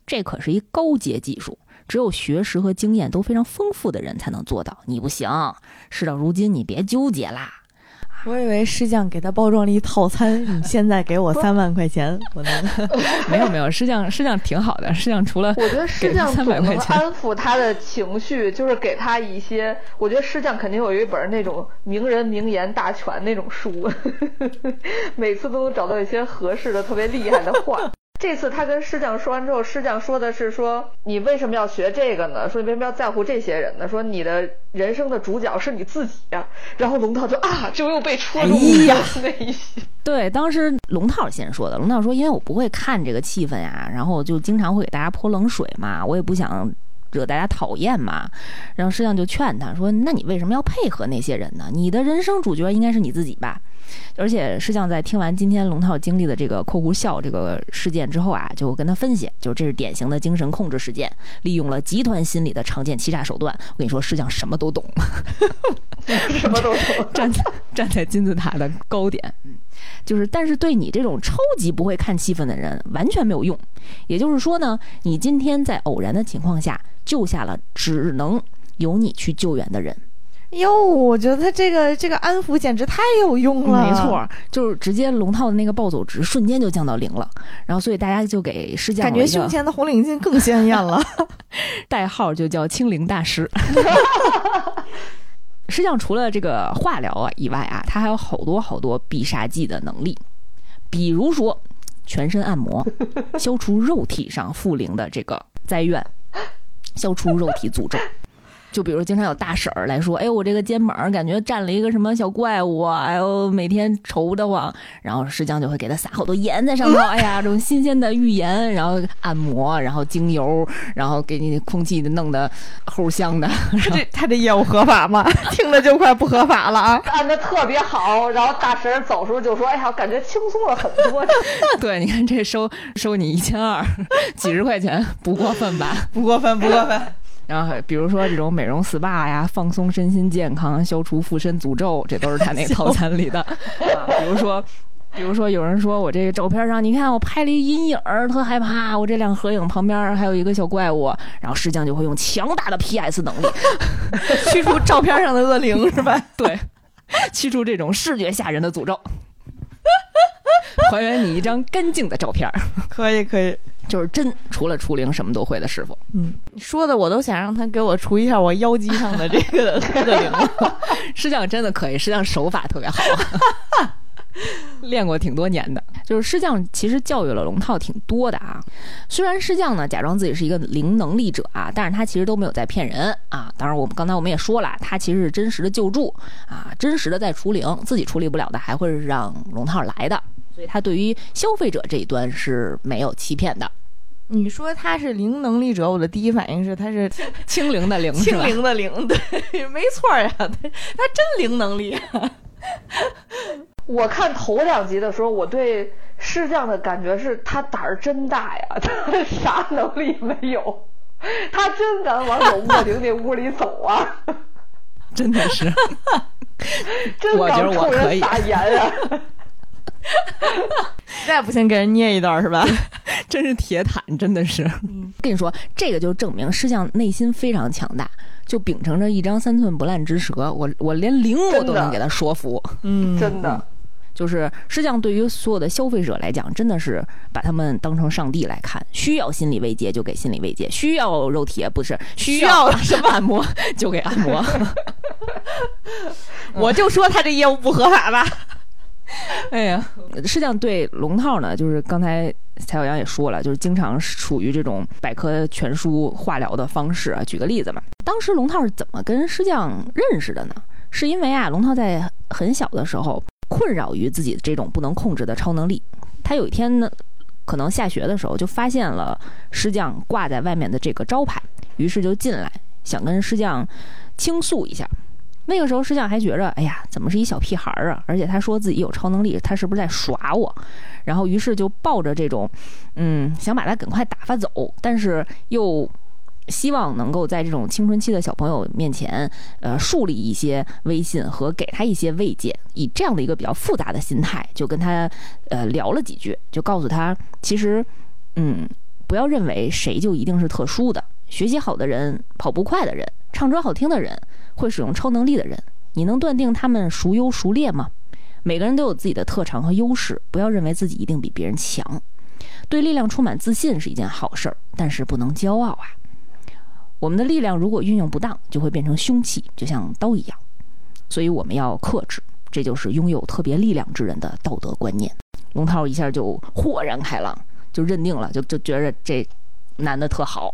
这可是一高阶技术，只有学识和经验都非常丰富的人才能做到，你不行，事到如今你别纠结啦。 我以为师匠给他包装了一套餐，你现在给我3万块钱，我能没有，师匠挺好的，师匠除了我觉得师匠总 300块能钱安抚他的情绪，就是给他一些，我觉得师匠肯定有一本那种名人名言大全那种书，每次都能找到一些合适的特别厉害的话。这次他跟师匠说完之后，师匠说的是说你为什么要学这个呢？说你为什么要在乎这些人呢？说你的人生的主角是你自己呀。然后龙套就又被戳中了那一些。 对，当时龙套先说的，龙套说因为我不会看这个气氛呀，然后就经常会给大家泼冷水嘛，我也不想惹大家讨厌嘛。然后师匠就劝他说，那你为什么要配合那些人呢？你的人生主角应该是你自己吧。而且师匠在听完今天龙套经历的这个括弧笑这个事件之后啊，就跟他分析，就这是典型的精神控制事件，利用了集团心理的常见欺诈手段。我跟你说，师匠什么都懂， 什么都懂， 站在金字塔的高点。就是但是对你这种超级不会看气氛的人完全没有用。也就是说呢，你今天在偶然的情况下救下了只能由你去救援的人。 哟，我觉得他这个安抚简直太有用了。 没错，就是直接龙套的那个暴走值瞬间就降到0了，然后所以大家就给师匠感觉胸前的红领巾更鲜艳了， 代号就叫清零大师。师匠除了这个化疗啊以外啊，他还有好多必杀技的能力，比如说全身按摩，消除肉体上附灵的这个灾怨，消除肉体诅咒。就比如经常有大婶儿来说，哎，我这个肩膀感觉站了一个什么小怪物，哎呦，每天愁得慌，然后师匠就会给他撒好多盐在上头，哎呀，这种新鲜的浴盐，然后按摩，然后精油，然后给你空气弄得齁香的。 他这业务合法吗？听着就快不合法了啊！ 干得特别好，然后大婶走时候就说，哎呀，感觉轻松了很多。 对，你看这收你1200，几十块钱，不过分吧？ 不过分。 然后比如说这种美容 SPA 呀，放松身心健康，消除附身诅咒，这都是他那个套餐里的。比如说有人说我这个照片上，你看我拍了一阴影，特害怕，我这辆合影旁边还有一个小怪物，然后师匠就会用强大的 PS 能力驱除照片上的恶灵，是吧？ 对，驱除这种视觉吓人的诅咒，还原你一张干净的照片。 可以， 就是真除了除灵什么都会的师傅。 说的我都想让他给我除一下我腰肌上的这个恶灵了。 师匠真的可以，师匠手法特别好。练过挺多年的。就是师匠其实教育了龙套挺多的啊。虽然师匠呢假装自己是一个灵能力者啊，但是他其实都没有在骗人啊。当然刚才我们也说了，他其实是真实的救助啊，真实的在除灵，自己处理不了的还会是让龙套来的。所以他对于消费者这一端是没有欺骗的。 你说他是灵能力者，我的第一反应是他是清零的灵， 清零的灵，对，没错呀，他真灵能力啊。 我看头2集的时候，我对师匠的感觉是他胆儿真大呀，他啥能力没有，他真敢往有卧灵那屋里走啊！ 真的是， 真我觉得我可以撒盐啊！ 实在不行给人捏一段是吧？ 真是铁坦，真的是。跟你说，这个就证明师匠内心非常强大，就秉承着一张3寸不烂之舌，我连灵我都能给他说服。 真的。 就是师匠对于所有的消费者来讲，真的是把他们当成上帝来看，需要心理慰藉就给心理慰藉，需要肉体不是需要什么按摩就给按摩。 我就说他这业务不合法吧。 哎呀，师匠对龙套呢，就是刚才蔡小阳也说了，就是经常属于这种百科全书化疗的方式啊。举个例子嘛，当时龙套是怎么跟师匠认识的呢？是因为啊，龙套在很小的时候困扰于自己这种不能控制的超能力。他有一天呢，可能下学的时候就发现了师匠挂在外面的这个招牌，于是就进来想跟师匠倾诉一下。那个时候师匠还觉着，哎呀，怎么是一小屁孩啊？而且他说自己有超能力，他是不是在耍我？然后于是就抱着这种，想把他赶快打发走，但是又希望能够在这种青春期的小朋友面前，树立一些威信和给他一些慰藉，以这样的一个比较复杂的心态，就跟他聊了几句，就告诉他，其实， 不要认为谁就一定是特殊的，学习好的人、跑步快的人、唱歌好听的人、会使用超能力的人，你能断定他们孰优孰劣吗？每个人都有自己的特长和优势，不要认为自己一定比别人强。对力量充满自信是一件好事儿，但是不能骄傲啊。我们的力量如果运用不当，就会变成凶器，就像刀一样。所以我们要克制，这就是拥有特别力量之人的道德观念。龙涛一下就豁然开朗，就认定了，就觉得这男的特好。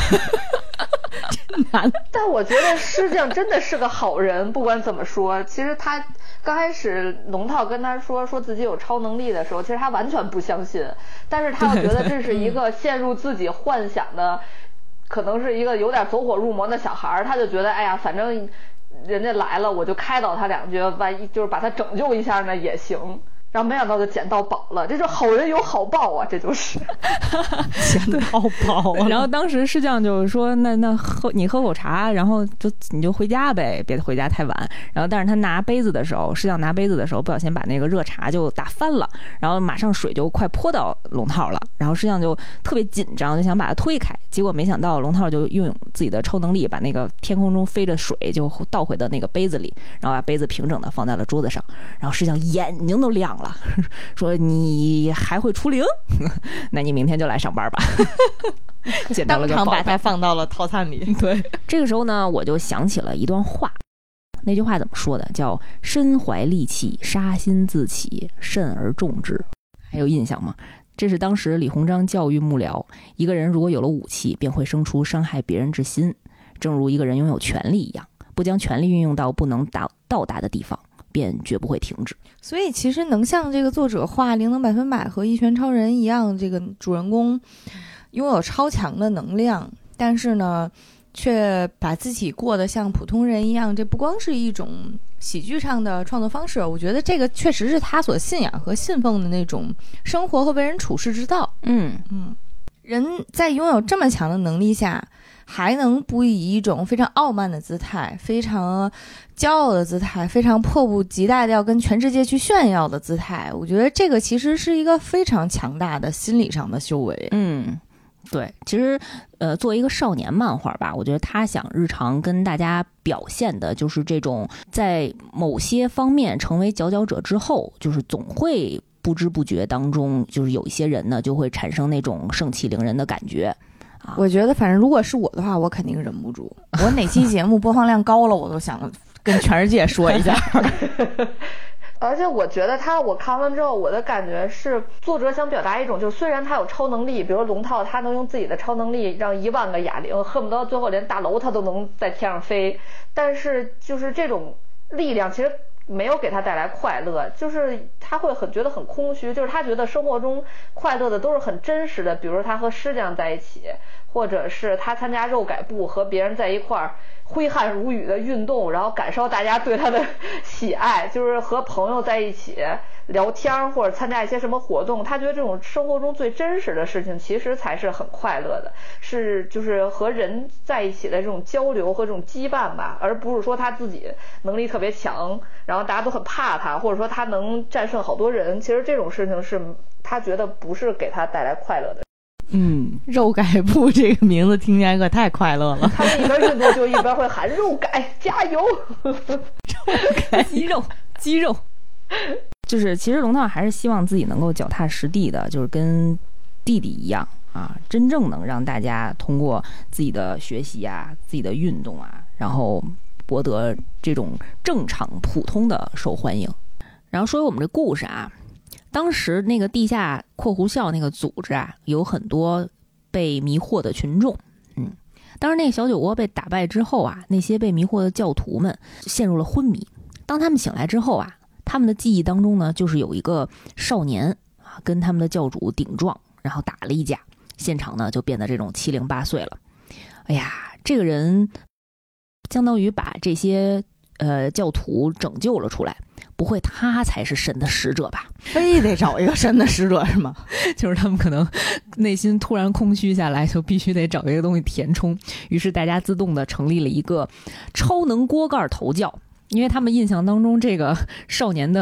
这男的， 但我觉得师匠真的是个好人，不管怎么说，其实他刚开始龙套跟他说自己有超能力的时候，其实他完全不相信，但是他又觉得这是一个陷入自己幻想的，可能是一个有点走火入魔的小孩，他就觉得哎呀，反正人家来了，我就开导他两句，万一就是把他拯救一下呢也行。然后没想到就捡到宝了，这是好人有好报啊，这就是捡到宝了。 然后当时师匠就说那你喝口茶，然后你就回家呗，别回家太晚。然后但是他拿杯子的时候，师匠拿杯子的时候不小心把那个热茶就打翻了，然后马上水就快泼到龙套了，然后师匠就特别紧张，就想把它推开，结果没想到龙套就运用自己的超能力，把那个天空中飞着水就倒回到那个杯子里，然后把杯子平整的放在了桌子上，然后师匠眼睛都亮了，说你还会出灵，那你明天就来上班吧。捡到了当场把它放到了套餐里。 对，这个时候呢，我就想起了一段话，那句话怎么说的？叫身怀利器，杀心自起，慎而重之。还有印象吗？这是当时李鸿章教育幕僚，一个人如果有了武器，便会生出伤害别人之心，正如一个人拥有权力一样，不将权力运用到不能到达的地方，便绝不会停止。 所以其实能像这个作者画灵能100%和一拳超人一样，这个主人公拥有超强的能量，但是呢却把自己过得像普通人一样，这不光是一种喜剧上的创作方式，我觉得这个确实是他所信仰和信奉的那种生活和为人处事之道。人在拥有这么强的能力下，还能不以一种非常傲慢的姿态，非常骄傲的姿态，非常迫不及待的要跟全世界去炫耀的姿态，我觉得这个其实是一个非常强大的心理上的修为。 对，其实作为一个少年漫画吧，我觉得他想日常跟大家表现的就是这种在某些方面成为佼佼者之后，就是总会不知不觉当中，就是有一些人呢就会产生那种盛气凌人的感觉。 我觉得反正如果是我的话，我肯定忍不住，我哪期节目播放量高了，我都想跟全世界说一下。 而且我觉得我看完之后，我的感觉是作者想表达一种，就是虽然他有超能力，比如龙套他能用自己的超能力让1万个哑铃恨不得最后连大楼他都能在天上飞，但是就是这种力量其实没有给他带来快乐，就是他会觉得很空虚，就是他觉得生活中快乐的都是很真实的，比如他和师匠在一起，或者是他参加肉改部和别人在一块儿挥汗如雨的运动，然后感受大家对他的喜爱，就是和朋友在一起聊天或者参加一些什么活动，他觉得这种生活中最真实的事情其实才是很快乐的，是就是和人在一起的这种交流和这种羁绊吧，而不是说他自己能力特别强，然后大家都很怕他，或者说他能战胜好多人，其实这种事情是他觉得不是给他带来快乐的。 肉改部这个名字听起来可太快乐了。 他们一边运动就一边会喊肉改加油。 肉改肌肉就是其实龙套还是希望自己能够脚踏实地的，就是跟弟弟一样啊，真正能让大家通过自己的学习啊，自己的运动啊，然后博得这种正常普通的受欢迎。然后说我们这故事啊，当时那个地下括弧校那个组织啊，有很多被迷惑的群众。当时那个小酒窝被打败之后啊，那些被迷惑的教徒们陷入了昏迷。当他们醒来之后啊，他们的记忆当中呢，就是有一个少年啊跟他们的教主顶撞，然后打了一架，现场呢就变得这种七零八碎了。哎呀，这个人相当于把这些教徒拯救了出来。不会他才是神的使者吧？ 非得找一个神的使者是吗？ 就是他们可能内心突然空虚下来，就必须得找一个东西填充，于是大家自动的成立了一个超能锅盖头教，因为他们印象当中这个少年的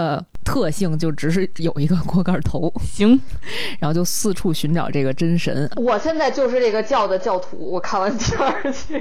特性就只是有一个锅盖头， 行， 然后就四处寻找这个真神。 我现在就是这个教的教徒，我看完第2季，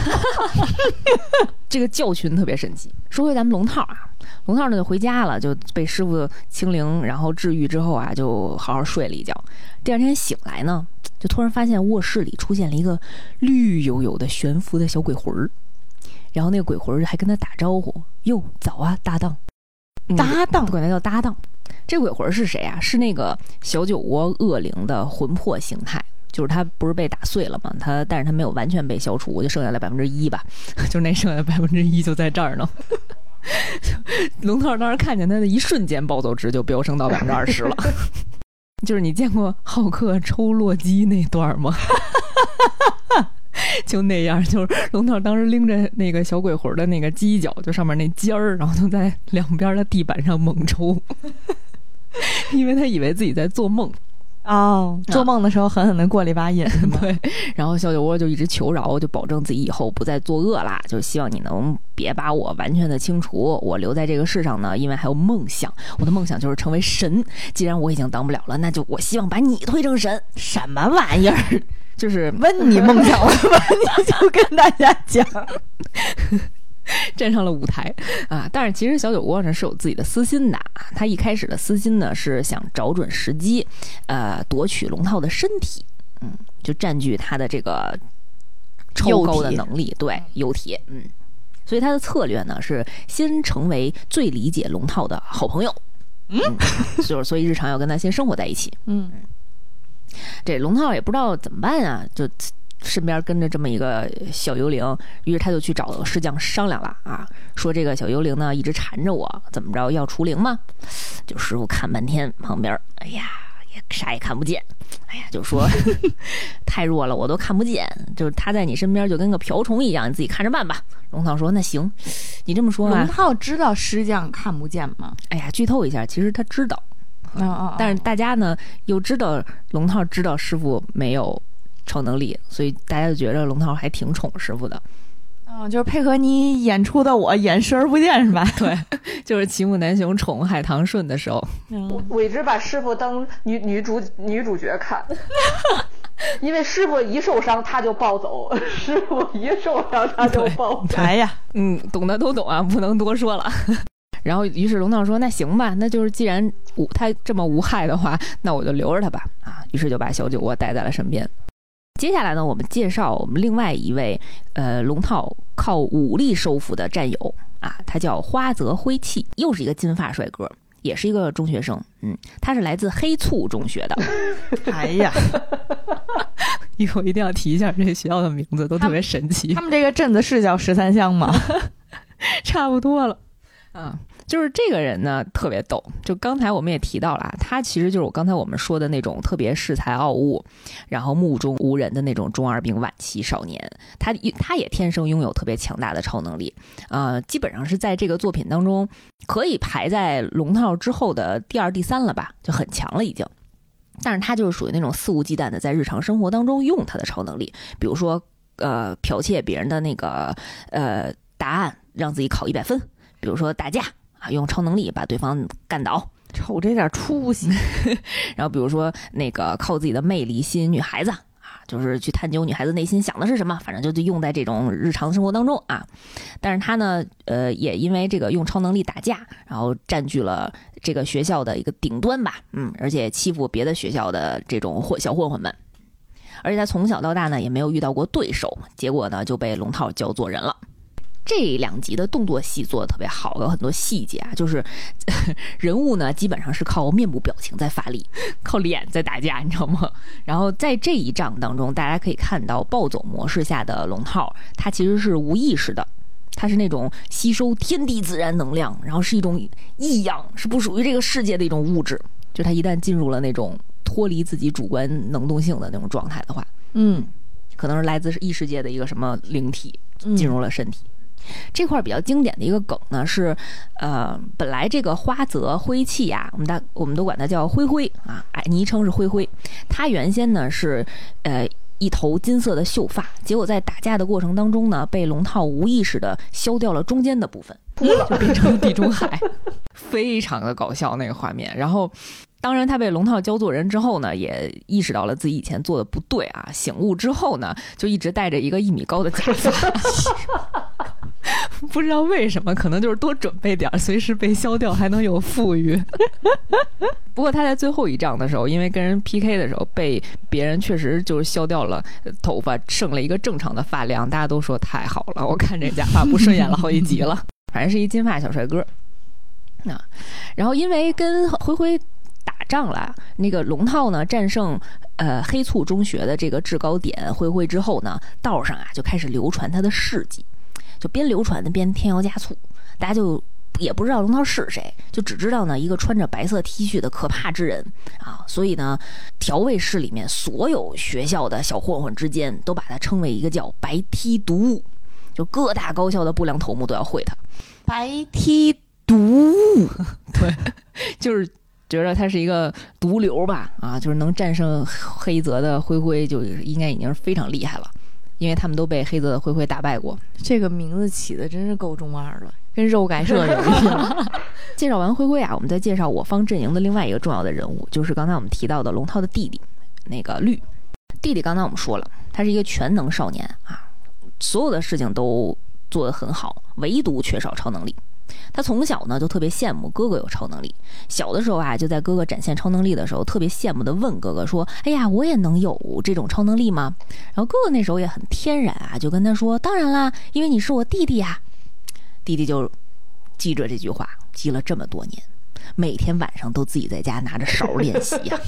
这个教群特别神奇。说回咱们龙套啊，龙套呢就回家了，就被师傅清灵然后治愈之后啊，就好好睡了一觉。第2天醒来呢，就突然发现卧室里出现了一个绿油油的悬浮的小鬼魂儿，然后那个鬼魂还跟他打招呼：“哟，早啊，搭档。” 搭档， 管他叫搭档。这鬼魂是谁啊？是那个小酒窝恶灵的魂魄形态。就是他不是被打碎了吗？但是他没有完全被消除，就剩下了1%吧，就那剩下的1%就在这儿呢。龙套当时看见他的一瞬间，暴走值就飙升到20%了。就是你见过浩克抽洛基那段吗？就那样，就是龙套当时拎着那个小鬼魂的那个犄角，就上面那尖儿，然后就在两边的地板上猛抽，因为他以为自己在做梦。 哦，做梦的时候狠狠的过了一把瘾， 对。然后小酒窝就一直求饶，就保证自己以后不再作恶啦，就希望你能别把我完全的清除。我留在这个世上呢，因为还有梦想，我的梦想就是成为神。既然我已经当不了了，那就我希望把你推成神。 什么玩意儿？ 就是问你梦想了吧，你就跟大家讲。 站上了舞台啊！但是其实小酒窝呢是有自己的私心的，他一开始的私心呢是想找准时机，夺取龙套的身体，就占据他的这个超高的能力，对，幼体，所以他的策略呢是先成为最理解龙套的好朋友，就是所以日常要跟他先生活在一起，这龙套也不知道怎么办啊，就身边跟着这么一个小幽灵，于是他就去找师匠商量了啊，说这个小幽灵呢一直缠着我，怎么着要除灵吗？就师傅看半天旁边，哎呀也啥也看不见，哎呀就说太弱了，我都看不见，就是他在你身边就跟个瓢虫一样，你自己看着办吧。龙套说那行，你这么说吧。 龙套知道师匠看不见吗？ 哎呀，剧透一下，其实他知道，但是大家呢又知道龙套知道师傅没有超能力，所以大家就觉得龙套还挺宠师傅的。 就是配合你演出的我演视而不见是吧？ 对，就是齐木楠雄宠海棠顺的时候， 我一直把师傅当女主角看，因为师傅一受伤他就暴走，师傅一受伤他就暴走。 哎呀， 懂的都懂啊，不能多说了。然后于是龙套说那行吧，那就是既然他这么无害的话，那我就留着他吧啊。于是就把小酒窝带在了身边。接下来呢，我们介绍我们另外一位龙套靠武力收服的战友啊，他叫花泽辉气，又是一个金发帅哥，也是一个中学生，他是来自黑醋中学的。 哎呀， 以后一定要提一下这些学校的名字，都特别神奇。 他们这个镇子是叫13乡吗？ 差不多了啊。就是这个人呢特别逗，就刚才我们也提到了，他其实就是我刚才我们说的那种特别恃才傲物，然后目中无人的那种中二病晚期少年。他也天生拥有特别强大的超能力，基本上是在这个作品当中可以排在龙套之后的第2、第3了吧，就很强了已经。但是他就是属于那种肆无忌惮的在日常生活当中用他的超能力，比如说剽窃别人的那个答案，让自己考100分，比如说打架啊，用超能力把对方干倒， 瞅这点出息。 然后比如说那个靠自己的魅力吸引女孩子啊，就是去探究女孩子内心想的是什么，反正就用在这种日常生活当中啊。但是他呢也因为这个用超能力打架，然后占据了这个学校的一个顶端吧，而且欺负别的学校的这种小混混们。而且他从小到大呢也没有遇到过对手，结果呢就被龙套教做人了。这2集的动作戏做得特别好，有很多细节啊，就是人物呢基本上是靠面部表情在发力，靠脸在打架，你知道吗？然后在这一仗当中，大家可以看到暴走模式下的龙套，它其实是无意识的，它是那种吸收天地自然能量，然后是一种异样，是不属于这个世界的一种物质。就它一旦进入了那种脱离自己主观能动性的那种状态的话，可能是来自异世界的一个什么灵体进入了身体。这块比较经典的一个梗呢是，本来这个花泽辉气啊，我们都管他叫灰灰啊，昵称是灰灰。他原先呢是一头金色的秀发，结果在打架的过程当中呢，被龙套无意识的削掉了中间的部分，就变成了地中海。 非常的搞笑那个画面。然后当然他被龙套教做人之后呢，也意识到了自己以前做的不对啊，醒悟之后呢，就一直戴着一个1米高的假发不知道为什么，可能就是多准备点，随时被削掉还能有富裕不过他在最后一仗的时候，因为跟人 PK 的时候被别人确实就是削掉了头发，剩了一个正常的发量，大家都说太好了，我看这假发不顺眼了好几集了反正是一金发小帅哥然后因为跟灰灰打仗了，那个龙套呢战胜黑醋中学的这个制高点灰灰之后呢，道上啊就开始流传他的事迹，就边流传的边添油加醋，大家就也不知道龙套是谁，就只知道呢一个穿着白色 T 恤的可怕之人啊，所以呢调味室里面所有学校的小混混之间都把他称为一个叫白 T 毒物，就各大高校的不良头目都要会他白 T 毒物对，就是觉得他是一个毒瘤吧啊，就是能战胜黑泽的灰灰就应该已经是非常厉害了，因为他们都被黑泽的灰灰打败过。 这个名字起的真是够中二了，跟肉改社有一样介绍完灰灰啊，我们再介绍我方阵营的另外一个重要的人物，就是刚才我们提到的龙套的弟弟那个绿弟弟。刚才我们说了，他是一个全能少年啊，所有的事情都做得很好，唯独缺少超能力。他从小呢就特别羡慕哥哥有超能力，小的时候啊就在哥哥展现超能力的时候特别羡慕的问哥哥说，哎呀我也能有这种超能力吗？然后哥哥那时候也很天然啊，就跟他说当然啦，因为你是我弟弟呀。弟弟就记着这句话记了这么多年，每天晚上都自己在家拿着勺练习呀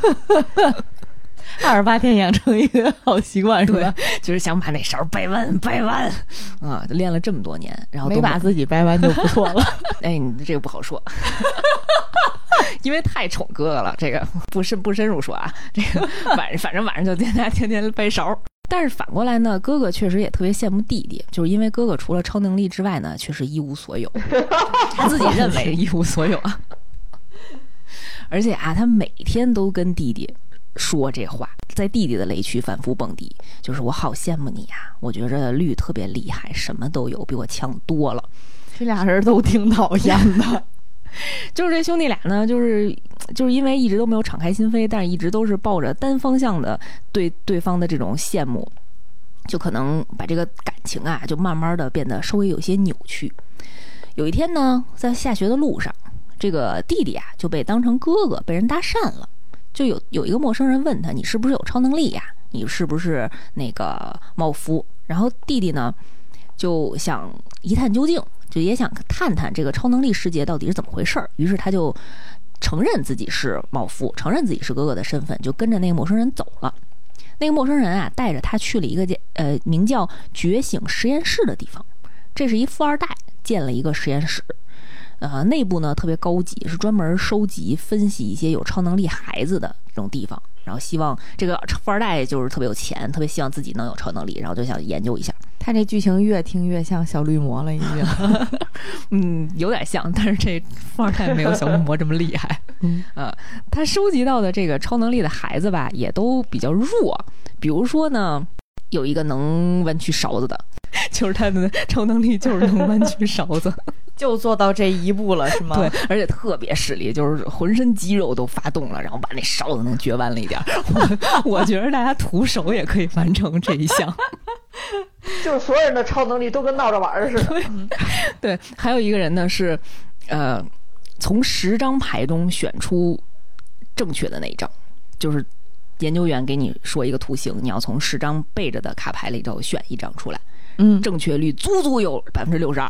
28天养成一个好习惯是吧？ 就是想把那勺掰弯啊，练了这么多年，然后没把自己掰弯就不错了哎，你这个不好说因为太宠哥哥了，这个不深入说啊，这个反正晚上就天天掰勺。但是反过来呢，哥哥确实也特别羡慕弟弟，就是因为哥哥除了超能力之外呢，却是一无所有他自己认为一无所有啊而且啊，他每天都跟弟弟说这话，在弟弟的雷区反复蹦迪，就是我好羡慕你呀，我觉着绿特别厉害，什么都有，比我强多了。 这俩人都挺讨厌的就是这兄弟俩呢，就是因为一直都没有敞开心扉，但是一直都是抱着单方向的对对方的这种羡慕，就可能把这个感情啊就慢慢的变得稍微有些扭曲。有一天呢，在下学的路上，这个弟弟啊就被当成哥哥被人搭讪了，就有一个陌生人问他，你是不是有超能力呀？你是不是那个茂夫？然后弟弟呢就想一探究竟，就也想探探这个超能力世界到底是怎么回事儿，于是他就承认自己是茂夫，承认自己是哥哥的身份，就跟着那个陌生人走了。那个陌生人啊带着他去了一个名叫觉醒实验室的地方，这是一富二代建了一个实验室，内部呢特别高级，是专门收集分析一些有超能力孩子的这种地方，然后希望这个富二代就是特别有钱，特别希望自己能有超能力，然后就想研究一下。 他这剧情越听越像小绿魔了已经有点像，但是这富二代没有小绿魔这么厉害他收集到的这个超能力的孩子吧也都比较弱，比如说呢有一个能弯曲勺子的，就是他的超能力就是能弯曲勺子就做到这一步了是吗？ 对，而且特别使力，就是浑身肌肉都发动了，然后把那勺子能撅弯了一点我觉得大家徒手也可以完成这一项就是所有人的超能力都跟闹着玩似的对，还有一个人呢是从10张牌中选出正确的那一张，就是研究员给你说一个图形，你要从10张背着的卡牌里头选一张出来，正确率足足有62%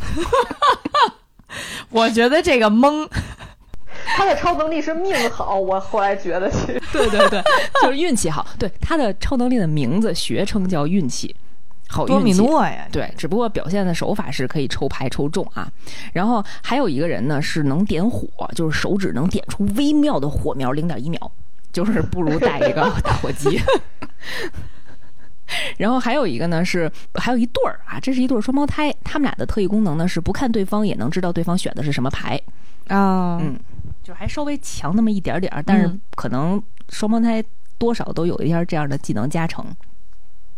我觉得这个懵他的超能力是命好，我后来觉得对，就是运气好。对，他的超能力的名字学称叫运气，好运气。 多米诺呀， 对，只不过表现的手法是可以抽牌抽中啊。然后还有一个人呢是能点火，就是手指能点出微妙的火苗0.1秒，就是不如带一个打火机然后还有一个呢是还有一对儿啊，这是一对双胞胎，他们俩的特异功能呢是不看对方也能知道对方选的是什么牌啊， 就还稍微强那么一点点，但是可能双胞胎多少都有一点这样的技能加成。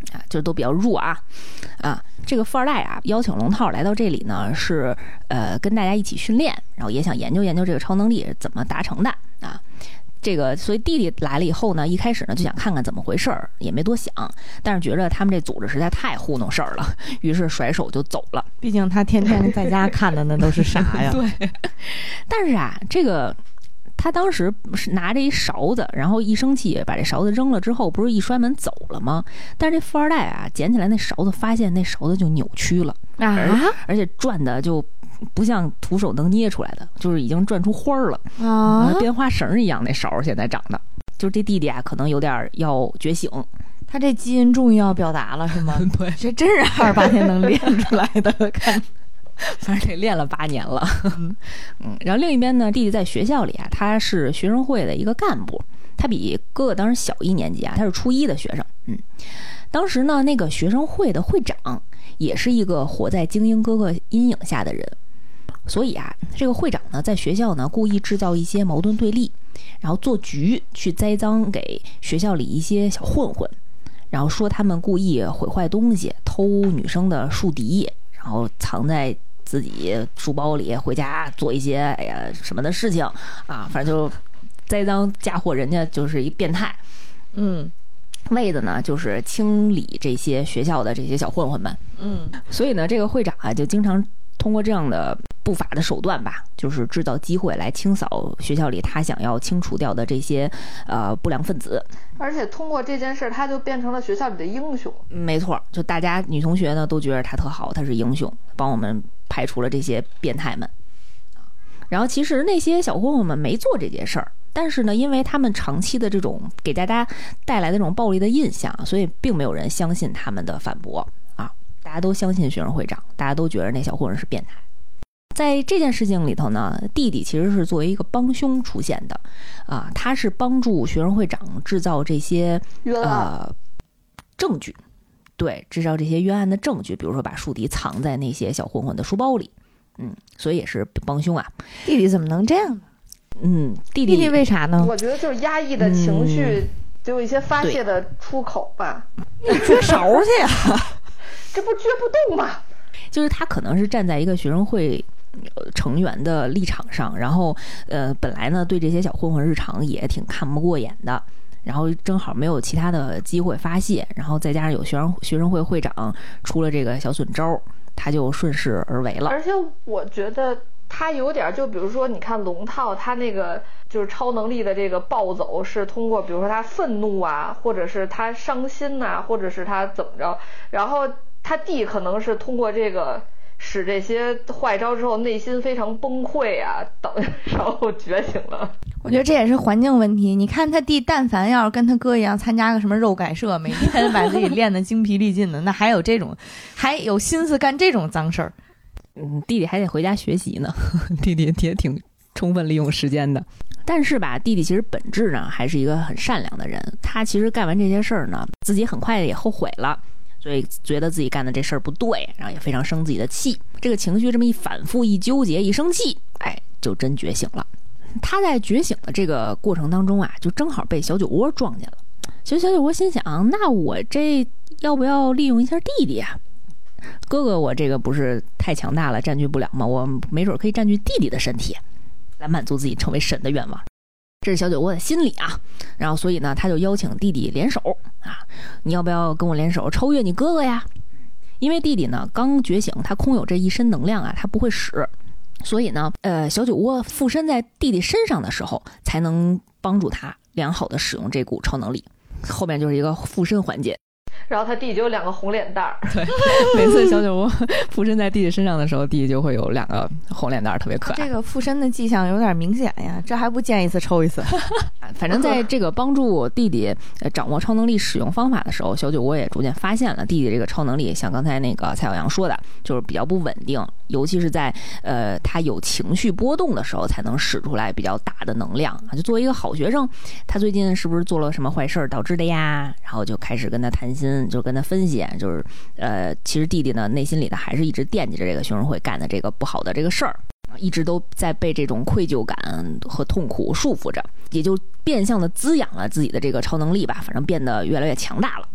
就都比较弱啊。这个富二代啊，邀请龙套来到这里呢，是跟大家一起训练，然后也想研究研究这个超能力怎么达成的啊。这个，所以弟弟来了以后呢，一开始呢就想看看怎么回事儿，也没多想，但是觉得他们这组织实在太糊弄事儿了，于是甩手就走了。 毕竟他天天在家看的那都是啥呀？ 对。但是啊，这个他当时是拿着一勺子，然后一生气把这勺子扔了之后，不是一摔门走了吗？但是这富二代啊，捡起来那勺子，发现那勺子就扭曲了而且转的就不像徒手能捏出来的，就是已经转出花儿了编花绳一样。那勺现在长的，就是这弟弟啊，可能有点要觉醒。 他这基因终于要表达了，是吗？ 对， 这真是28天能练出来的，看。 反正得练了8年了。然后另一边呢，弟弟在学校里啊，他是学生会的一个干部，他比哥哥当时小1年级啊，他是初1的学生。当时呢，那个学生会的会长也是一个活在精英哥哥阴影下的人，所以啊，这个会长呢，在学校呢故意制造一些矛盾对立，然后做局去栽赃给学校里一些小混混，然后说他们故意毁坏东西，偷女生的竖笛，然后藏在自己书包里，回家做一些什么的事情啊，反正就栽赃嫁祸人家，就是一变态。为的呢就是清理这些学校的这些小混混们。所以呢，这个会长啊就经常通过这样的不法的手段吧，就是制造机会来清扫学校里他想要清除掉的这些不良分子。 而且通过这件事，他就变成了学校里的英雄。 没错，就大家女同学呢都觉得他特好，他是英雄，帮我们排除了这些变态们。然后其实那些小混混们没做这件事儿，但是呢，因为他们长期的这种给大家带来的这种暴力的印象，所以并没有人相信他们的反驳啊。大家都相信学生会长，大家都觉得那小混混是变态。在这件事情里头呢，弟弟其实是作为一个帮凶出现的啊，他是帮助学生会长制造这些证据，对，制造这些冤案的证据，比如说把竖笛藏在那些小混混的书包里。所以也是帮凶啊。 弟弟怎么能这样呢？ 弟弟为啥呢？ 我觉得就是压抑的情绪，就有一些发泄的出口吧。 你撅勺去呀？ 这不撅不动吗？ 就是他可能是站在一个学生会成员的立场上，然后本来呢对这些小混混日常也挺看不过眼的，然后正好没有其他的机会发泄，然后再加上有学生会会长出了这个小损招，他就顺势而为了。 而且我觉得他有点，就比如说你看龙套，他那个就是超能力的这个暴走是通过比如说他愤怒啊，或者是他伤心啊，或者是他怎么着，然后他弟可能是通过这个使这些坏招之后内心非常崩溃啊等，然后觉醒了。 我觉得这也是环境问题。你看他弟但凡要是跟他哥一样参加个什么肉改社，每天把自己练得精疲力尽的，那还有心思干这种脏事儿。 弟弟还得回家学习呢，弟弟也挺充分利用时间的。但是吧，弟弟其实本质上还是一个很善良的人，他其实干完这些事儿呢，自己很快也后悔了，所以觉得自己干的这事儿不对，然后也非常生自己的气。这个情绪这么一反复一纠结一生气，就真觉醒了。他在觉醒的这个过程当中啊，就正好被小酒窝撞见了。其实小酒窝心想，那我这要不要利用一下弟弟啊？哥哥我这个不是太强大了，占据不了吗？我没准可以占据弟弟的身体，来满足自己成为神的愿望。这是小酒窝的心理啊。然后所以呢，他就邀请弟弟联手啊，你要不要跟我联手超越你哥哥呀？因为弟弟呢刚觉醒，他空有这一身能量啊，他不会使，所以呢小酒窝附身在弟弟身上的时候，才能帮助他良好的使用这股超能力。后面就是一个附身环节。 然后他弟弟就有2个红脸蛋儿。 对，每次小酒窝附身在弟弟身上的时候，弟弟就会有2个红脸蛋儿，特别可爱。 这个附身的迹象有点明显呀，这还不见一次抽一次。 反正在这个帮助弟弟掌握超能力使用方法的时候，小酒窝也逐渐发现了弟弟这个超能力，像刚才那个蔡小阳说的，就是比较不稳定，尤其是在他有情绪波动的时候才能使出来比较大的能量。就作为一个好学生，他最近是不是做了什么坏事导致的呀？然后就开始跟他谈心，就跟他分析，就是其实弟弟呢内心里呢还是一直惦记着这个学生会干的这个不好的这个事儿，一直都在被这种愧疚感和痛苦束缚着，也就变相的滋养了自己的这个超能力吧，反正变得越来越强大了。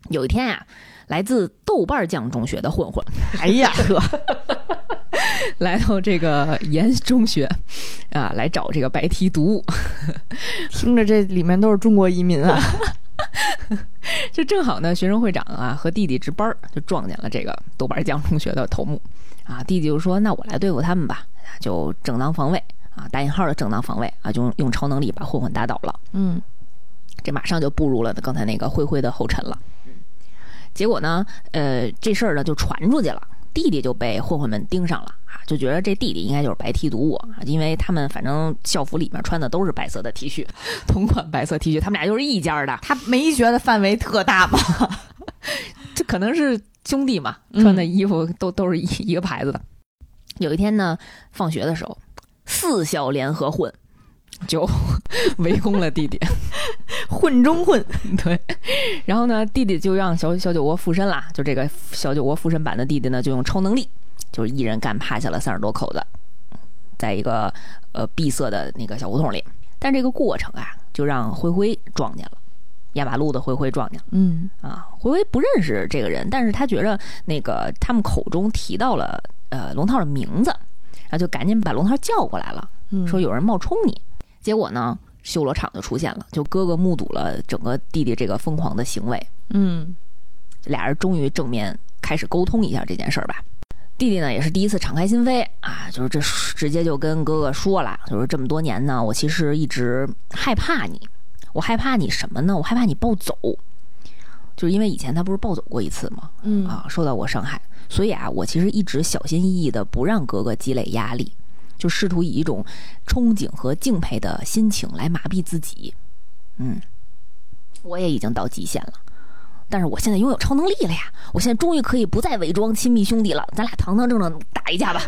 有一天呀，来自豆瓣酱中学的混混， 哎呀呵， 来到这个延中学啊，来找这个白 T 读物。 听着这里面都是中国移民啊。 就正好呢，学生会长啊和弟弟值班，就撞见了这个豆瓣酱中学的头目啊。弟弟就说：“那我来对付他们吧。”就正当防卫啊，打引号的正当防卫啊，就用超能力把混混打倒了。这马上就步入了刚才那个灰灰的后尘了。结果呢，这事儿呢就传出去了，弟弟就被混混们盯上了啊，就觉得这弟弟应该就是白 T 读物啊，因为他们反正校服里面穿的都是白色的 T 恤，同款白色 T 恤，他们俩就是一家的。 他没觉得范围特大吗？ 这可能是兄弟嘛，穿的衣服都是一个牌子的。有一天呢，放学的时候，4校联合混就围攻了弟弟， 混中混。 对，然后呢，弟弟就让小酒窝附身啦，就这个小酒窝附身版的弟弟呢，就用超能力，就是一人干趴下了30多口子，在一个闭塞的那个小胡同里。但这个过程啊，就让灰灰撞见了，压马路的灰灰撞见了。灰灰不认识这个人，但是他觉着那个他们口中提到了龙套的名字，然后就赶紧把龙套叫过来了，说有人冒充你。结果呢，修罗场就出现了，就哥哥目睹了整个弟弟这个疯狂的行为。俩人终于正面开始沟通一下这件事儿吧。弟弟呢也是第一次敞开心扉啊，就是这直接就跟哥哥说了，就是这么多年呢，我其实一直害怕你。我害怕你什么呢？我害怕你暴走，就是因为以前他不是暴走过一次吗？受到过伤害，所以啊，我其实一直小心翼翼的不让哥哥积累压力。就试图以一种憧憬和敬佩的心情来麻痹自己。我也已经到极限了，但是我现在拥有超能力了呀！我现在终于可以不再伪装亲密兄弟了，咱俩堂堂正正打一架吧。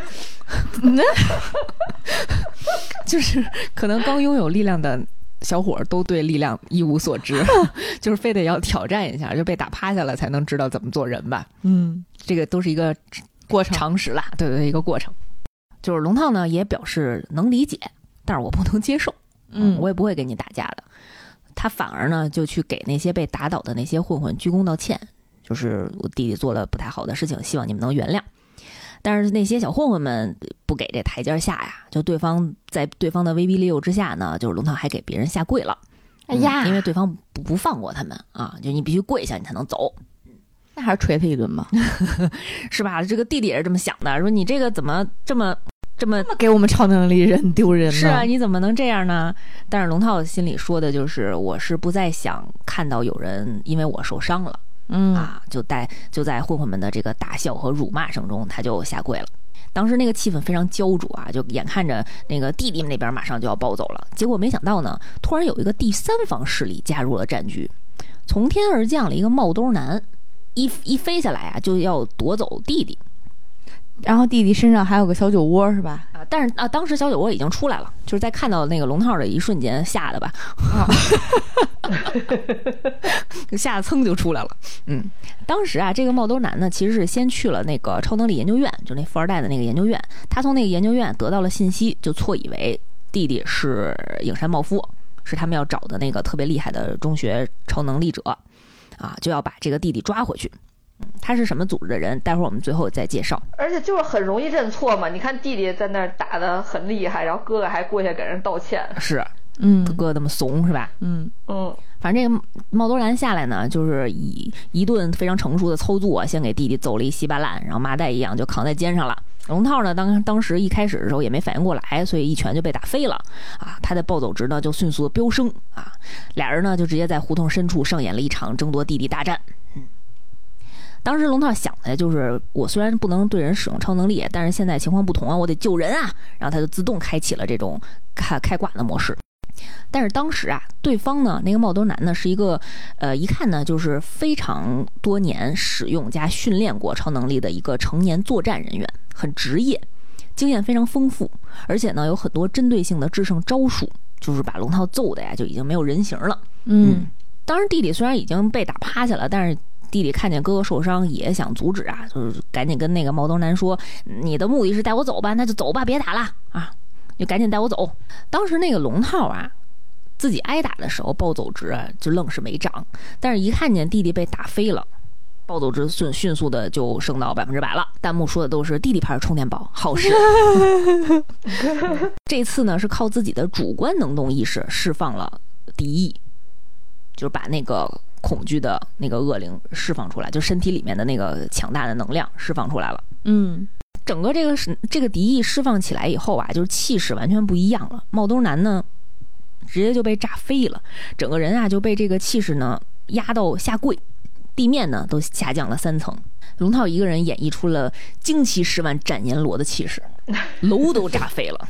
就是可能刚拥有力量的小伙都对力量一无所知，就是非得要挑战一下，就被打趴下了才能知道怎么做人吧。这个都是一个过程常识啦，对，一个过程。就是龙套呢也表示能理解，但是我不能接受，我也不会跟你打架的。他反而呢就去给那些被打倒的那些混混鞠躬道歉，就是我弟弟做了不太好的事情，希望你们能原谅。但是那些小混混们不给这台阶下呀，就在对方的威逼利诱之下呢，就是龙套还给别人下跪了。 哎呀， 因为对方不放过他们啊，就你必须跪下你才能走。 那还是捶他一顿吧， 是吧？这个弟弟也是这么想的，说你这个怎么这么给我们超能力人丢人呢？ 是啊，你怎么能这样呢？但是龙套心里说的就是，我是不再想看到有人因为我受伤了。就在混混们的这个大笑和辱骂声中，他就下跪了。当时那个气氛非常焦灼啊，就眼看着那个弟弟们那边马上就要暴走了，结果没想到呢，突然有一个第三方势力加入了战局，从天而降了一个帽兜男，一飞下来啊，就要夺走弟弟。 然后弟弟身上还有个小酒窝是吧？ 但是当时小酒窝已经出来了，就是在看到那个龙套的一瞬间吓的吧，吓得噌就出来了。当时啊，这个帽兜男呢，其实是先去了那个超能力研究院，就那富二代的那个研究院。他从那个研究院得到了信息，就错以为弟弟是影山茂夫，是他们要找的那个特别厉害的中学超能力者啊，就要把这个弟弟抓回去。他是什么组织的人？待会儿我们最后再介绍。 而且就是很容易认错嘛，你看弟弟在那儿打得很厉害，然后哥哥还跪下给人道歉。 是，哥哥那么怂是吧？反正这个帽兜男下来呢，就是以一顿非常成熟的操作，先给弟弟揍了一稀巴烂，然后麻袋一样就扛在肩上了。龙套呢，当时一开始的时候也没反应过来，所以一拳就被打飞了啊！他的暴走值呢就迅速的飙升啊！俩人呢就直接在胡同深处上演了一场争夺弟弟大战。当时龙套想的就是，我虽然不能对人使用超能力，但是现在情况不同啊，我得救人啊！然后他就自动开启了这种开挂的模式。但是当时啊，对方呢，那个帽兜男呢，是一个一看呢就是非常多年使用加训练过超能力的一个成年作战人员，很职业，经验非常丰富，而且呢有很多针对性的制胜招数，就是把龙套揍的呀就已经没有人形了。当然弟弟虽然已经被打趴下了，但是弟弟看见哥哥受伤也想阻止啊，就是赶紧跟那个帽兜男说，你的目的是带我走吧，那就走吧，别打了啊，就赶紧带我走。当时那个龙套啊自己挨打的时候，暴走值就愣是没涨，但是一看见弟弟被打飞了，暴走值迅速的就升到100%了。弹幕说的都是弟弟牌充电宝，好使。这次呢是靠自己的主观能动意识释放了敌意，就是把那个恐惧的那个恶灵释放出来，就身体里面的那个强大的能量释放出来了。整个这个敌意释放起来以后啊，就是气势完全不一样了。帽兜男呢直接就被炸飞了，整个人啊就被这个气势呢压到下跪，地面呢都下降了3层。龙套一个人演绎出了惊奇10万斩阎罗的气势，楼都炸飞了。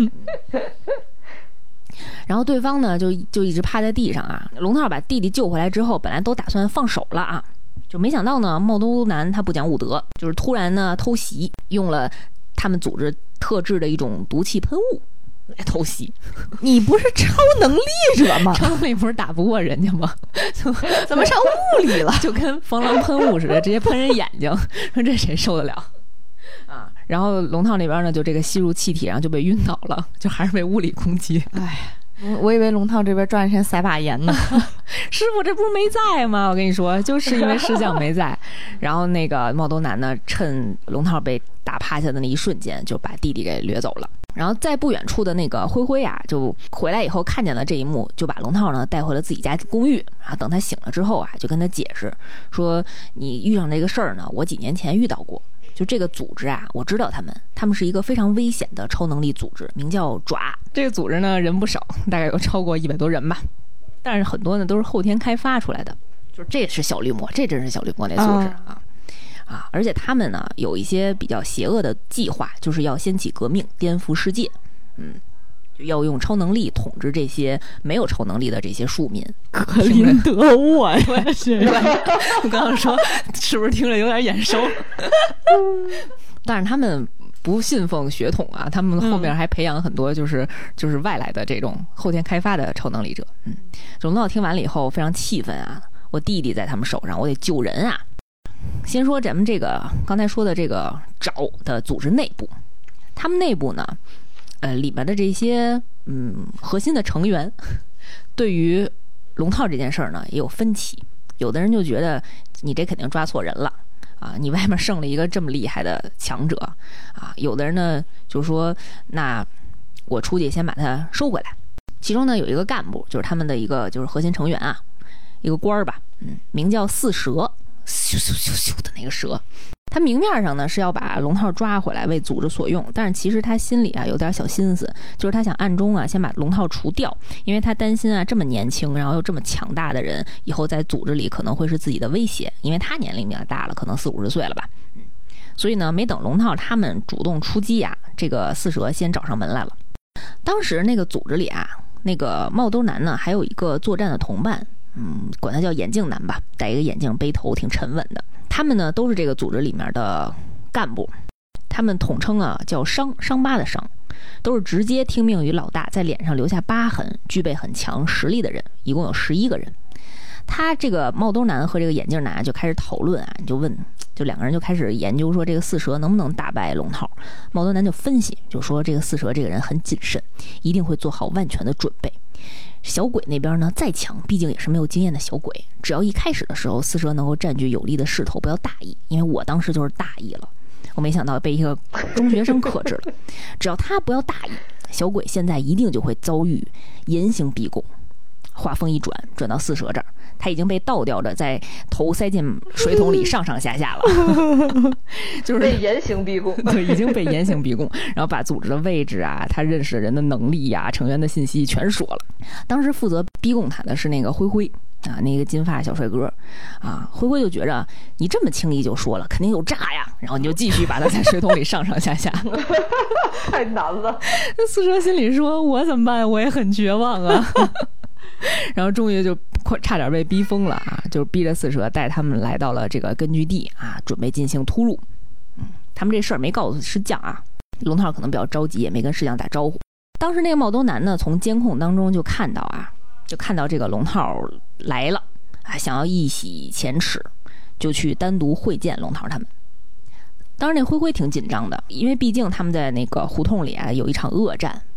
然后对方呢就一直趴在地上啊。龙套把弟弟救回来之后，本来都打算放手了啊，就没想到呢帽兜男他不讲武德，就是突然呢偷袭，用了他们组织特制的一种毒气喷雾来偷袭。 你不是超能力者吗？ 超能力不是打不过人家吗？ 怎么上物理了？ 就跟防狼喷雾似的，直接喷人眼睛，说这谁受得了啊？然后龙套那边呢，就这个吸入气体，然后就被晕倒了，就还是被物理攻击。 哎，我以为龙套这边转一身撒把盐呢。 师傅这不是没在吗？我跟你说，就是因为师匠没在。然后那个帽兜男呢，趁龙套被打趴下的那一瞬间，就把弟弟给掠走了。然后在不远处的那个灰灰啊，就回来以后看见了这一幕，就把龙套呢带回了自己家公寓。然后等他醒了之后啊，就跟他解释说，你遇上这个事儿呢，我几年前遇到过。就这个组织啊，我知道他们是一个非常危险的超能力组织，名叫爪。这个组织呢人不少，大概有超过100多人吧，但是很多呢都是后天开发出来的。就是这是小绿魔，这真是小绿魔那组织啊！而且他们呢有一些比较邪恶的计划，就是要掀起革命，颠覆世界。就要用超能力统治这些没有超能力的这些庶民。 格林德沃呀， 我刚刚说是不是听着有点眼熟？但是他们不信奉血统啊，他们后面还培养很多就是外来的这种后天开发的超能力者。龙套听完了以后非常气愤啊，我弟弟在他们手上，我得救人啊！先说咱们这个刚才说的这个爪的组织内部，他们内部呢里面的这些核心的成员对于龙套这件事儿呢也有分歧。有的人就觉得你这肯定抓错人了啊，你外面剩了一个这么厉害的强者啊。有的人呢就说，那我出去先把他收回来。其中呢有一个干部，就是他们的一个就是核心成员啊，一个官儿吧，名叫四蛇，咻咻咻咻的那个蛇。他明面上呢是要把龙套抓回来为组织所用，但是其实他心里啊有点小心思，就是他想暗中啊先把龙套除掉，因为他担心啊这么年轻然后又这么强大的人以后在组织里可能会是自己的威胁，因为他年龄比较大了，可能40-50岁了吧。所以呢没等龙套他们主动出击啊，这个四蛇先找上门来了。当时那个组织里啊，那个帽兜男呢还有一个作战的同伴，管他叫眼镜男吧，戴一个眼镜，背头，挺沉稳的。他们呢都是这个组织里面的干部，他们统称啊叫伤疤的伤，都是直接听命于老大，在脸上留下疤痕，具备很强实力的人，一共有11个人。他这个帽兜男和这个眼镜男就开始讨论啊，就两个人就开始研究说这个四蛇能不能打败龙套。帽兜男就分析，就说这个四蛇这个人很谨慎，一定会做好万全的准备。小鬼那边呢再强，毕竟也是没有经验的小鬼，只要一开始的时候四蛇能够占据有利的势头，不要大意，因为我当时就是大意了，我没想到被一个中学生克制了。只要他不要大意，小鬼现在一定就会遭遇严刑逼供。话锋一转到四蛇这儿，他已经被倒吊着在头塞进水桶里上上下下了，就是被严刑逼供。 对，已经被严刑逼供，然后把组织的位置啊，他认识的人的能力呀、成员的信息全说了。当时负责逼供他的是那个灰灰啊，那个金发小帅哥啊。灰灰就觉着你这么轻易就说了，肯定有诈呀，然后你就继续把他在水桶里上上下下。 太难了。 那四蛇心里说，我怎么办？我也很绝望啊。然后终于就差点被逼疯了啊！就是逼着四蛇带他们来到了这个根据地啊，准备进行突入。他们这事儿没告诉师匠啊，龙套可能比较着急，也没跟师匠打招呼。当时那个帽兜男呢，从监控当中就看到这个龙套来了啊，想要一洗前耻，就去单独会见龙套他们。当时那灰灰挺紧张的，因为毕竟他们在那个胡同里啊有一场恶战啊，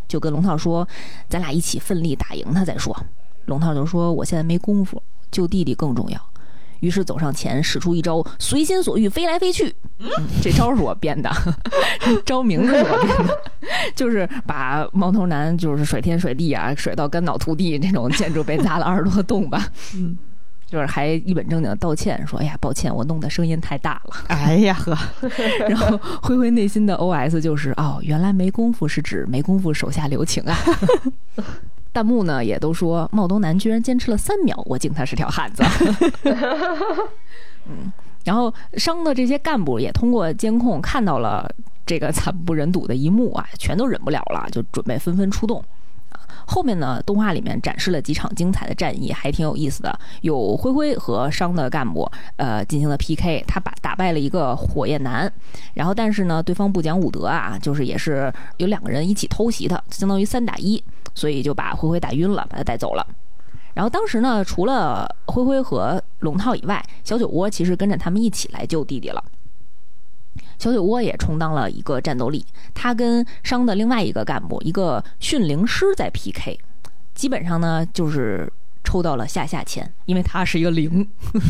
就跟龙套说咱俩一起奋力打赢他再说。龙套就说我现在没功夫，救弟弟更重要。于是走上前使出一招随心所欲飞来飞去，这招是我编的，这招名字是我编的，就是把猫头男就是甩天甩地啊，甩到肝脑涂地这种建筑被砸了20多个洞吧。就是还一本正经的道歉说哎呀抱歉我弄的声音太大了。 哎呀呵， 然后灰灰内心的 OS 就是哦原来没功夫是指没功夫手下留情啊。弹幕呢也都说茂东南居然坚持了3秒，我敬他是条汉子。然后商的这些干部也通过监控看到了这个惨不忍睹的一幕啊，全都忍不了了，就准备纷纷出动。后面呢动画里面展示了几场精彩的战役，还挺有意思的，有灰灰和商的干部进行了 PK， 他打败了一个火焰男，然后但是呢对方不讲武德啊，就是也是有2个人一起偷袭他，相当于3打1，所以就把灰灰打晕了，把他带走了。然后当时呢除了灰灰和龙套以外，小酒窝其实跟着他们一起来救弟弟了。小酒窝也充当了一个战斗力，他跟商的另外一个干部一个驯灵师在 PK， 基本上呢就是抽到了下签，因为他是一个灵。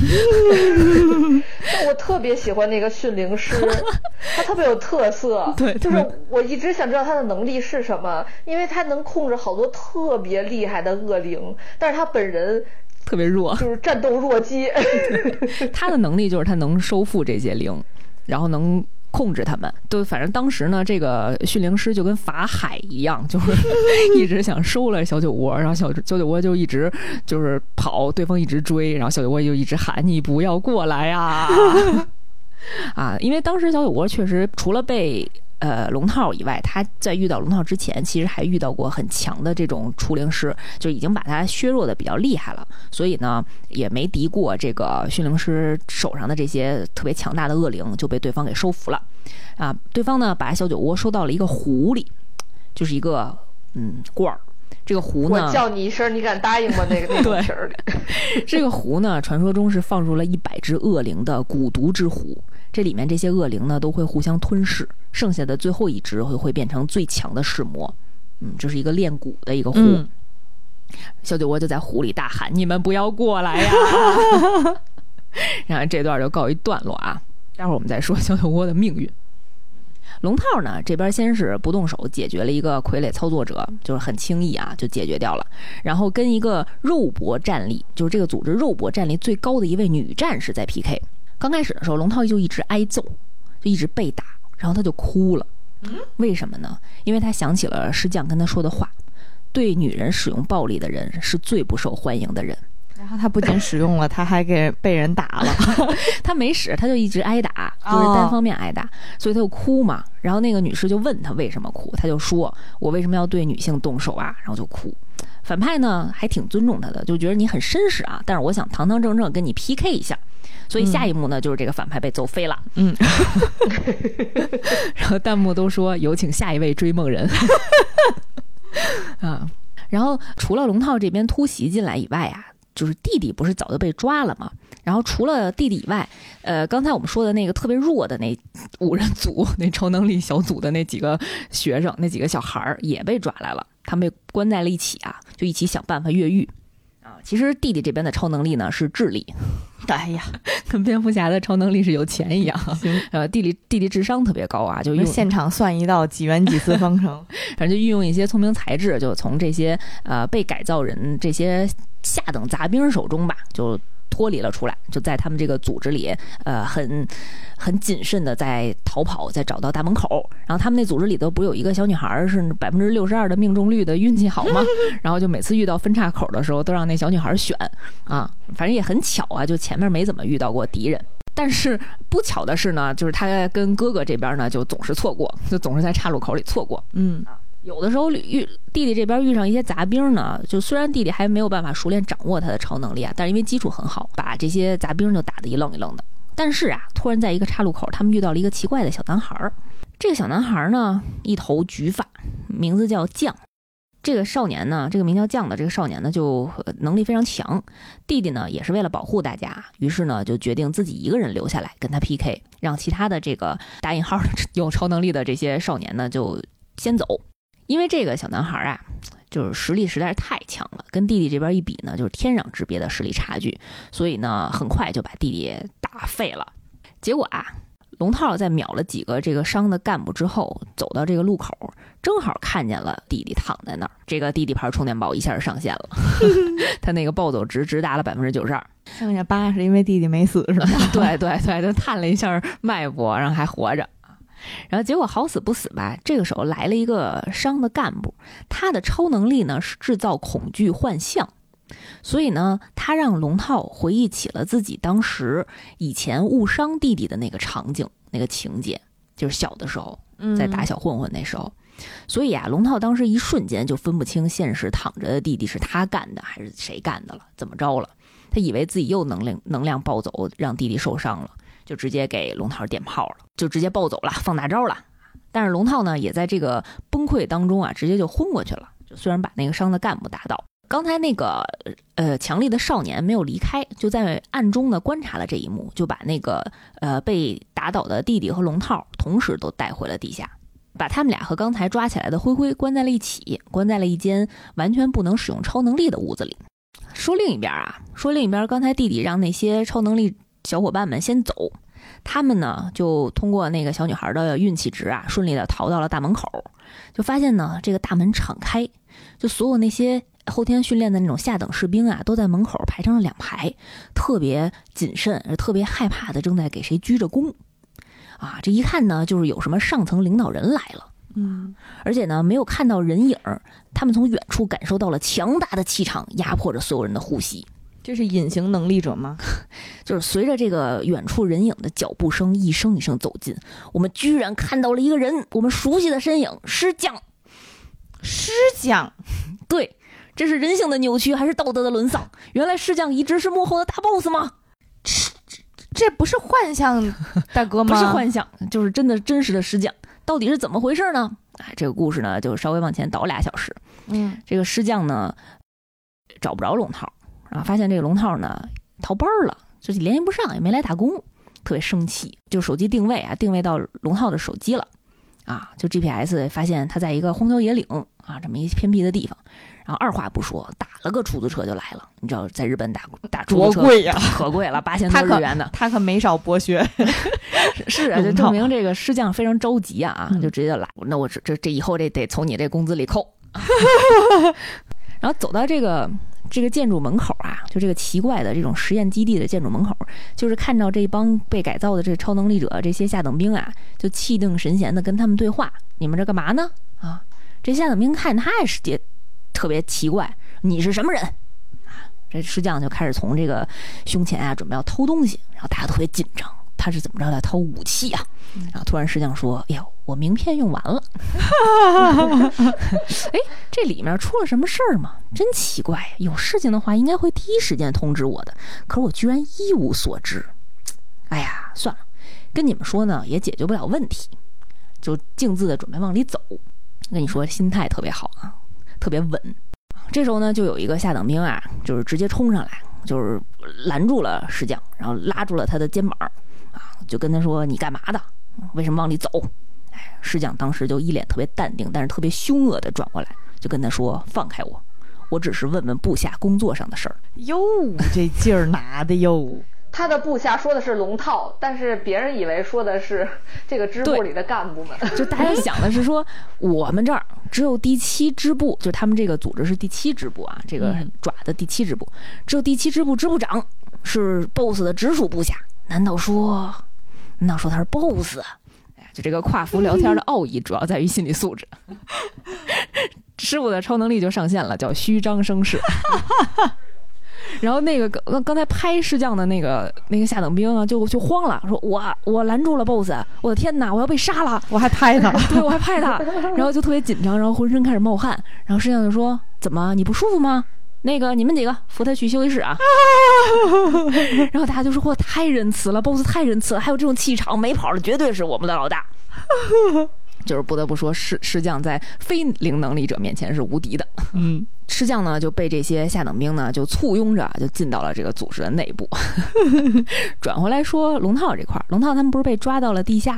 我特别喜欢那个驯灵师，他特别有特色。 对， 就是我一直想知道他的能力是什么，因为他能控制好多特别厉害的恶灵，但是他本人特别弱， 就是战斗弱鸡。 他的能力就是他能收复这些灵，然后能控制他们。对，反正当时呢这个驯灵师就跟法海一样，就是一直想收了小酒窝，然后小酒窝就一直就是跑，对方一直追，然后小酒窝就一直喊你不要过来呀。啊，因为当时小酒窝确实除了被龙套以外，他在遇到龙套之前其实还遇到过很强的这种除灵师，就已经把他削弱的比较厉害了，所以呢也没敌过这个驯灵师手上的这些特别强大的恶灵，就被对方给收服了啊。对方呢把小酒窝收到了一个壶里，就是一个罐儿。这个壶呢， 我叫你一声，你敢答应吗？那个瓶儿里， 这个壶呢，传说中是放入了100只恶灵的蛊毒之壶。这里面这些恶灵呢，都会互相吞噬，剩下的最后一只会变成最强的噬魔。这是一个炼蛊的一个壶。小酒窝就在壶里大喊：“你们不要过来呀！”然后这段就告一段落啊。待会儿我们再说小酒窝的命运。龙套呢这边先是不动手解决了一个傀儡操作者，就是很轻易啊就解决掉了，然后跟一个肉搏战力，就是这个组织肉搏战力最高的一位女战士在 PK。 刚开始的时候龙套就一直挨揍，就一直被打，然后他就哭了。为什么呢？因为他想起了师匠跟他说的话，对女人使用暴力的人是最不受欢迎的人。 然后他不仅使用了，他还被人打了。 他没使，他就一直挨打，就是单方面挨打，所以他就哭嘛。然后那个女士就问他为什么哭，他就说我为什么要对女性动手啊，然后就哭。反派呢还挺尊重他的，就觉得你很绅士啊，但是我想堂堂正正跟你 PK 一下。所以下一幕呢就是这个反派被揍飞了。然后弹幕都说有请下一位追梦人。啊，然后除了龙套这边突袭进来以外啊，就是弟弟不是早就被抓了吗？然后除了弟弟以外，刚才我们说的那个特别弱的那5人组，那超能力小组的那几个学生，那几个小孩也被抓来了，他们被关在了一起啊，就一起想办法越狱啊。其实弟弟这边的超能力呢是智力， 哎呀， 跟蝙蝠侠的超能力是有钱一样。弟弟智商特别高啊，就用现场算一道几元几次方程， 反正就运用一些聪明才智，就从这些被改造人这些下等杂兵手中吧，就脱离了出来，就在他们这个组织里很谨慎的在逃跑，在找到大门口。然后他们那组织里头不有一个小女孩是62%的命中率的运气好吗？然后就每次遇到分岔口的时候都让那小女孩选啊，反正也很巧啊，就前面没怎么遇到过敌人。但是不巧的是呢，就是他跟哥哥这边呢就总是错过，就总是在岔路口里错过。有的时候弟弟这边遇上一些杂兵呢，就虽然弟弟还没有办法熟练掌握他的超能力啊，但是因为基础很好，把这些杂兵就打得一愣一愣的。但是啊，突然在一个岔路口，他们遇到了一个奇怪的小男孩。这个小男孩呢，一头橘发，名字叫酱。这个少年呢，这个名叫酱的这个少年呢，就能力非常强。弟弟呢，也是为了保护大家，于是呢，就决定自己一个人留下来跟他 PK， 让其他的这个打引号的有超能力的这些少年呢，就先走。 因为这个小男孩啊，就是实力实在是太强了，跟弟弟这边一比呢，就是天壤之别的实力差距，所以呢，很快就把弟弟打废了。结果啊，龙套在秒了几个这个伤的干部之后，走到这个路口，正好看见了弟弟躺在那儿。这个弟弟牌充电宝一下上线了，他那个暴走值直达了92%， 剩下8是因为弟弟没死是吗？ 对对对，就探了一下脉搏，然后还活着。然后结果好死不死吧，这个时候来了一个伤的干部，他的超能力呢是制造恐惧幻象，所以呢，他让龙套回忆起了自己当时以前误伤弟弟的那个场景、那个情节，就是小的时候在打小混混那时候。所以啊，龙套当时一瞬间就分不清现实躺着的弟弟是他干的还是谁干的了，怎么着了？他以为自己又能量暴走，让弟弟受伤了。就直接给龙套点炮了，就直接暴走了，放大招了。但是龙套呢，也在这个崩溃当中啊，直接就昏过去了。就虽然把那个伤的干部打倒，刚才那个强力的少年没有离开，就在暗中呢观察了这一幕，就把那个被打倒的弟弟和龙套同时都带回了地下，把他们俩和刚才抓起来的灰灰关在了一起，关在了一间完全不能使用超能力的屋子里。说另一边，刚才弟弟让那些超能力小伙伴们先走，他们呢就通过那个小女孩的运气值啊，顺利的逃到了大门口，就发现呢这个大门敞开，就所有那些后天训练的那种下等士兵啊，都在门口排成了2排，特别谨慎，特别害怕的正在给谁鞠着躬啊！这一看呢，就是有什么上层领导人来了。而且呢没有看到人影，他们从远处感受到了强大的气场压迫着所有人的呼吸。 这是隐形能力者吗？ 就是随着这个远处人影的脚步声一声一声走近，我们居然看到了一个人，我们熟悉的身影，师匠。对，这是人性的扭曲还是道德的沦丧？原来师匠一直是幕后的大 boss 吗？ 这不是幻象，大哥吗？ 不是幻象，就是真实的师匠。到底是怎么回事呢？这个故事呢就稍微往前倒2小时。这个师匠呢找不着龙套，然后发现这个龙套呢逃班了，就是联系不上，也没来打工，特别生气，就手机定位到龙套的手机了啊，就 GPS 发现他在一个荒郊野岭啊这么一偏僻的地方，然后二话不说打了个出租车就来了。你知道在日本打出租车多贵呀， 可贵了，8000多日元的， 他可没少剥削。 是啊，就证明这个师匠非常着急啊，就直接来，那我这以后这得从你这工资里扣。然后走到这个建筑门口啊，就这个奇怪的这种实验基地的建筑门口，就是看到这帮被改造的这超能力者这些下等兵啊，就气定神闲的跟他们对话。你们这干嘛呢？啊，这下等兵看他也特别奇怪，你是什么人？这师匠就开始从这个胸前啊准备要偷东西，然后大家特别紧张，他是怎么着的偷武器啊？然后突然师匠说：“哎呦，我名片用完了。”哎，这里面出了什么事儿吗？真奇怪，有事情的话应该会第一时间通知我的，可是我居然一无所知。哎呀，算了，跟你们说呢也解决不了问题，就径自的准备往里走。跟你说，心态特别好啊，特别稳。这时候呢，就有一个下等兵啊，就是直接冲上来，就是拦住了师匠，然后拉住了他的肩膀啊，就跟他说：“你干嘛的？为什么往里走？”哎，师匠当时就一脸特别淡定，但是特别凶恶的转过来，就跟他说：“放开我，我只是问问部下工作上的事儿。” 哟，这劲儿拿的哟！ 他的部下说的是龙套，但是别人以为说的是这个支部里的干部们。 就大家想的是说，我们这儿只有第7支部，就他们这个组织是第7支部啊，这个爪的第7支部，只有第7支部支部长是 BOSS 的直属部下。难道说他是 BOSS？ 就这个跨服聊天的奥义，主要在于心理素质。师傅的超能力就上线了，叫虚张声势。然后那个刚才拍师匠的那个下等兵啊，就慌了，说我拦住了 BOSS， 我的天哪，我要被杀了， 我还拍他， 对，我还拍他，然后就特别紧张，然后浑身开始冒汗，然后师匠就说：“怎么你不舒服吗？那个你们几个扶他去休息室啊。”然后大家就说：“哇，太仁慈了 ，BOSS 太仁慈了，还有这种气场，没跑的绝对是我们的老大。”就是不得不说，师匠在非灵能力者面前是无敌的。师匠呢就被这些下等兵呢就簇拥着就进到了这个组织的内部。转回来说龙套这块，龙套他们不是被抓到了地下吗？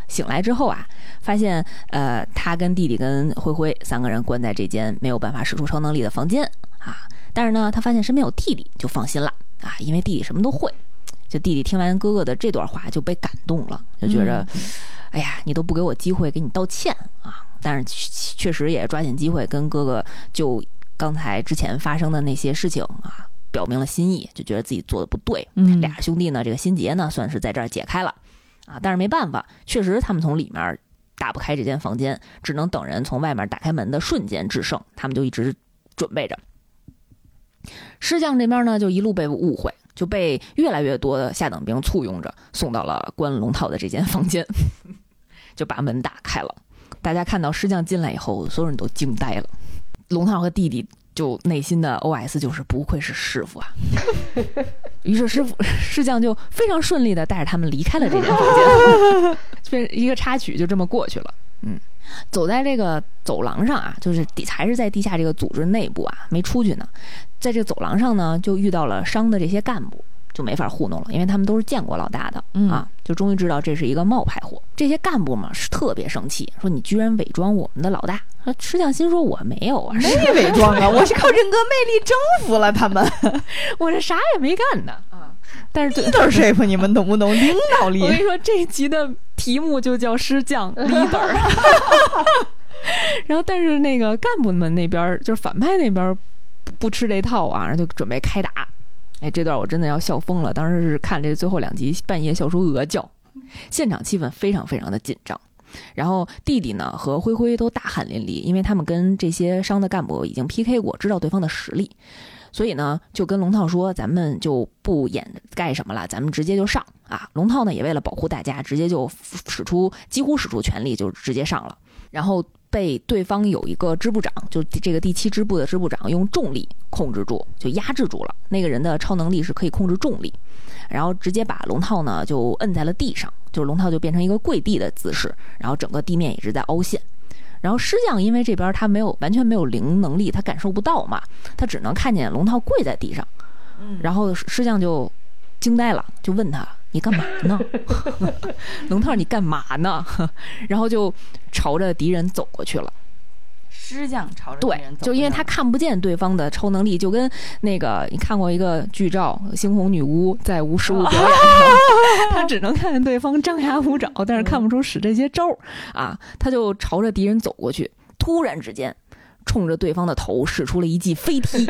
醒来之后啊，发现他跟弟弟跟灰灰3个人关在这间没有办法使出超能力的房间啊。但是呢，他发现身边有弟弟，就放心了啊，因为弟弟什么都会。就弟弟听完哥哥的这段话就被感动了，就觉着，哎呀，你都不给我机会给你道歉啊！但是确实也抓紧机会跟哥哥就刚才之前发生的那些事情啊，表明了心意，就觉得自己做的不对。俩兄弟呢，这个心结呢，算是在这儿解开了啊。但是没办法，确实他们从里面打不开这间房间，只能等人从外面打开门的瞬间制胜。他们就一直准备着。师匠这边呢，就一路被误会，就被越来越多的下等兵簇拥着送到了关龙套的这间房间，就把门打开了。大家看到师匠进来以后，所有人都惊呆了。龙套和弟弟就内心的 OS 就是不愧是师傅啊。于是师匠就非常顺利的带着他们离开了这间房间，一个插曲就这么过去了。走在这个走廊上啊，就是还是在地下这个组织内部啊，没出去呢。在这个走廊上呢，就遇到了商的这些干部，就没法糊弄了，因为他们都是见过老大的啊，就终于知道这是一个冒牌货。这些干部嘛是特别生气，说你居然伪装我们的老大。师匠心说我没有啊， 没伪装啊，我是靠人格魅力征服了他们， 我这啥也没干呢啊。但是 leadership 你们懂不懂？领导力。 我跟你说，这一集的题目就叫师匠 leader。然后，但是那个干部们那边就是反派那边不吃这套啊，然后就准备开打。哎，这段我真的要笑疯了。当时是看这最后2集，半夜笑出鹅叫，现场气氛非常非常的紧张。然后弟弟呢和灰灰都大汗淋漓，因为他们跟这些商的干部已经 PK 过，知道对方的实力。所以呢，就跟龙套说，咱们就不掩盖什么了，咱们直接就上啊！龙套呢也为了保护大家，直接就几乎使出全力，就直接上了。然后被对方有一个支部长，就这个第7支部的支部长用重力控制住，就压制住了。那个人的超能力是可以控制重力，然后直接把龙套呢就摁在了地上，就是龙套就变成一个跪地的姿势，然后整个地面一直在凹陷。然后师匠因为这边他完全没有灵能力，他感受不到嘛，他只能看见龙套跪在地上，然后师匠就惊呆了，就问他你干嘛呢？龙套你干嘛呢？然后就朝着敌人走过去了。 师匠朝着敌人走， 对，就因为他看不见对方的超能力，就跟那个你看过一个剧照《猩红女巫》在无实物表演他只能看见对方张牙舞爪，但是看不出使这些招啊。他就朝着敌人走过去，突然之间冲着对方的头使出了一记飞踢。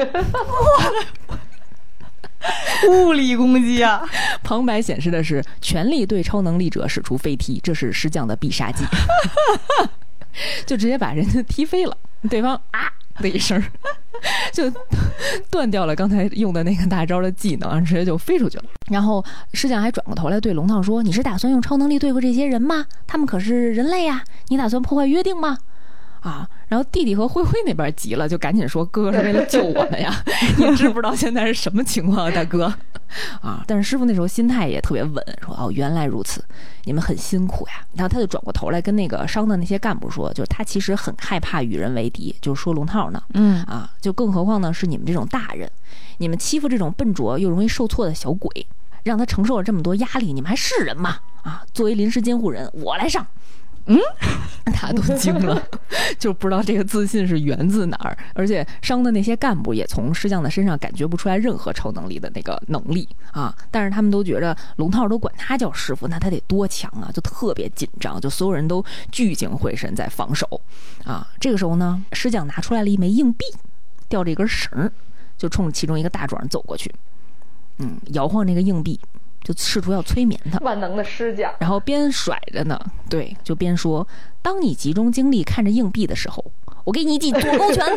物理攻击啊！ 旁白显示的是全力对超能力者使出飞踢，这是师匠的必杀技。就直接把人家踢飞了，对方啊的一声就断掉了刚才用的那个大招的技能，直接就飞出去了。然后师匠还转过头来对龙套说，你是打算用超能力对付这些人吗？他们可是人类呀，你打算破坏约定吗？啊！然后弟弟和灰灰那边急了，就赶紧说：“哥哥是为了救我们呀，你知不知道现在是什么情况啊，大哥？”啊！但是师傅那时候心态也特别稳，说：“哦，原来如此，你们很辛苦呀。”然后他就转过头来跟那个商的那些干部说：“就是他其实很害怕与人为敌，就是说龙套呢，啊，就更何况呢是你们这种大人，你们欺负这种笨拙又容易受挫的小鬼，让他承受了这么多压力，你们还是人吗？啊！作为临时监护人，我来上。”他都惊了，就不知道这个自信是源自哪儿。而且商的那些干部也从师匠的身上感觉不出来任何超能力的那个能力啊，但是他们都觉着龙套都管他叫师傅，那他得多强啊，就特别紧张，就所有人都聚精会神在防守啊。这个时候呢，师匠拿出来了一枚硬币，吊着一根绳，就冲着其中一个大壮走过去，摇晃那个硬币，就试图要催眠他。 万能的师匠，然后边甩着呢，对，就边说：“当你集中精力看着硬币的时候，我给你一记左勾拳。”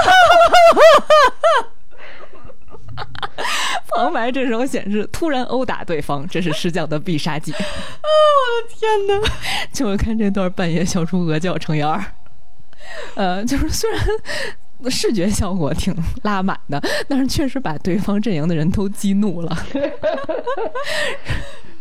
旁白这时候显示突然殴打对方，这是师匠的必杀技。 我的天哪！ 就我看这段半夜笑出鹅叫乘以2。就是虽然视觉效果挺拉满的，但是确实把对方阵营的人都激怒了。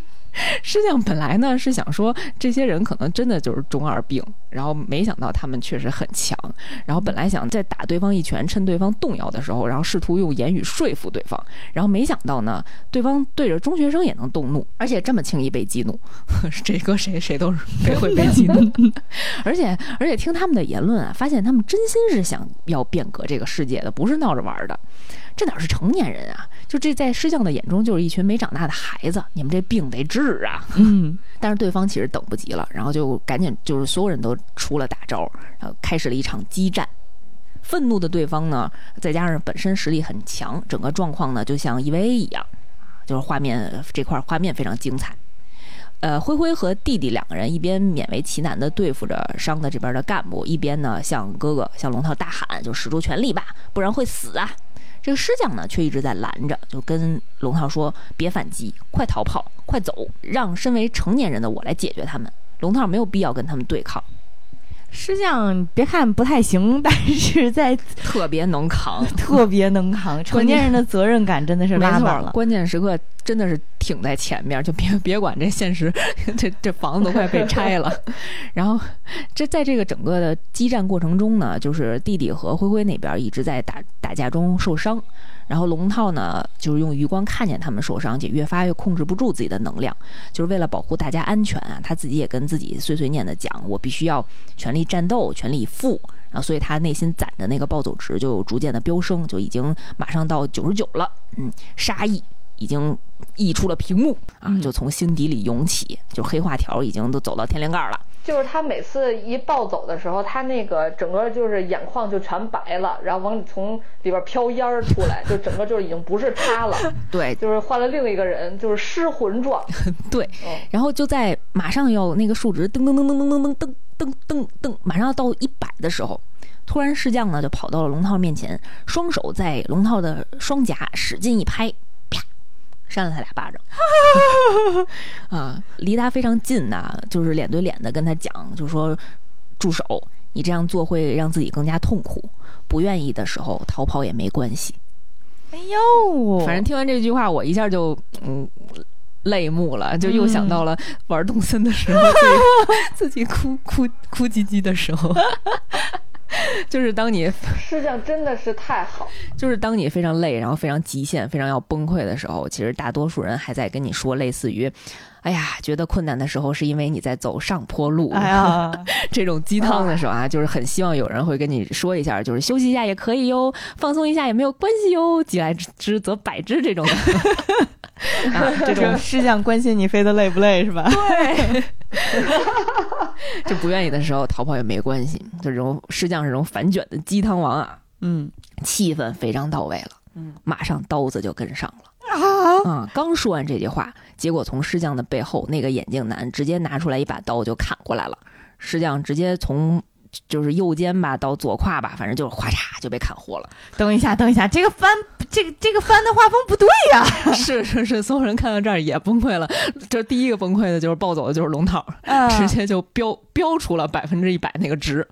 师匠本来呢是想说这些人可能真的就是中二病，然后没想到他们确实很强，然后本来想再打对方一拳，趁对方动摇的时候，然后试图用言语说服对方，然后没想到呢，对方对着中学生也能动怒，而且这么轻易被激怒，这搁谁都是会被激怒。而且听他们的言论啊，发现他们真心是想要变革这个世界的，不是闹着玩的。这哪是成年人啊？就这在师匠的眼中就是一群没长大的孩子，你们这病得治啊！但是对方其实等不及了，然后就赶紧就是所有人都出了大招，然后开始了一场激战。愤怒的对方呢，再加上本身实力很强，整个状况呢就像 EVA 一样，就是这块画面非常精彩。灰灰和弟弟两个人一边勉为其难地对付着伤的这边的干部，一边呢向哥哥向龙套大喊，就使出全力吧，不然会死啊！这个师匠呢却一直在拦着，就跟龙套说别反击，快逃跑，快走，让身为成年人的我来解决他们。龙套没有必要跟他们对抗。 师匠别看不太行，但是在特别能扛， 特别能扛。成年人的责任感真的是拉满了， 关键时刻真的是挺在前面，就别管这现实，这房子都快被拆了。然后在这个整个的激战过程中呢，就是弟弟和灰灰那边一直在打架中受伤。然后龙套呢，就是用余光看见他们受伤，也越发越控制不住自己的能量，就是为了保护大家安全啊，他自己也跟自己碎碎念的讲，我必须要全力战斗，全力以赴。然后所以他内心攒的那个暴走值就逐渐的飙升，就已经马上到99了。杀意已经溢出了屏幕啊，就从心底里涌起，就黑画条已经都走到天灵盖了。 就是他每次一暴走的时候，他那个整个就是眼眶就全白了，然后往里从里边飘烟出来，就整个就是已经不是他了。对，就是换了另一个人，就是失魂状。 对，然后就在马上要那个数值噔噔噔噔噔噔噔噔噔噔，马上要到100的时候，突然师匠呢就跑到了龙套面前，双手在龙套的双颊使劲一拍，扇了他2巴掌啊，离他非常近呐，就是脸对脸的跟他讲，就说住手，你这样做会让自己更加痛苦，不愿意的时候逃跑也没关系。 哎呦， 反正听完这句话我一下就泪目了，就又想到了玩动森的时候自己哭唧唧的时候。就是当你师匠真的是太好， 就是当你非常累，然后非常极限，非常要崩溃的时候，其实大多数人还在跟你说类似于哎呀觉得困难的时候是因为你在走上坡路，哎呀这种鸡汤的时候啊，就是很希望有人会跟你说一下，就是休息一下也可以哟，放松一下也没有关系哟，既来之则百之这种的这种师匠关心你飞得累不累是吧？ 对就不愿意的时候逃跑也没关系，就这种师匠是这种反卷的鸡汤王啊。气氛非常到位了，马上刀子就跟上了刚说完这句话，结果从师匠的背后那个眼镜男直接拿出来一把刀就砍过来了，师匠直接从就是右肩吧到左胯吧，反正就是哗嚓就被砍活了。 等一下，这个番的画风不对呀！ 是，所有人看到这儿也崩溃了。这第一个崩溃的就是暴走的就是龙套，直接就标出了100%那个值。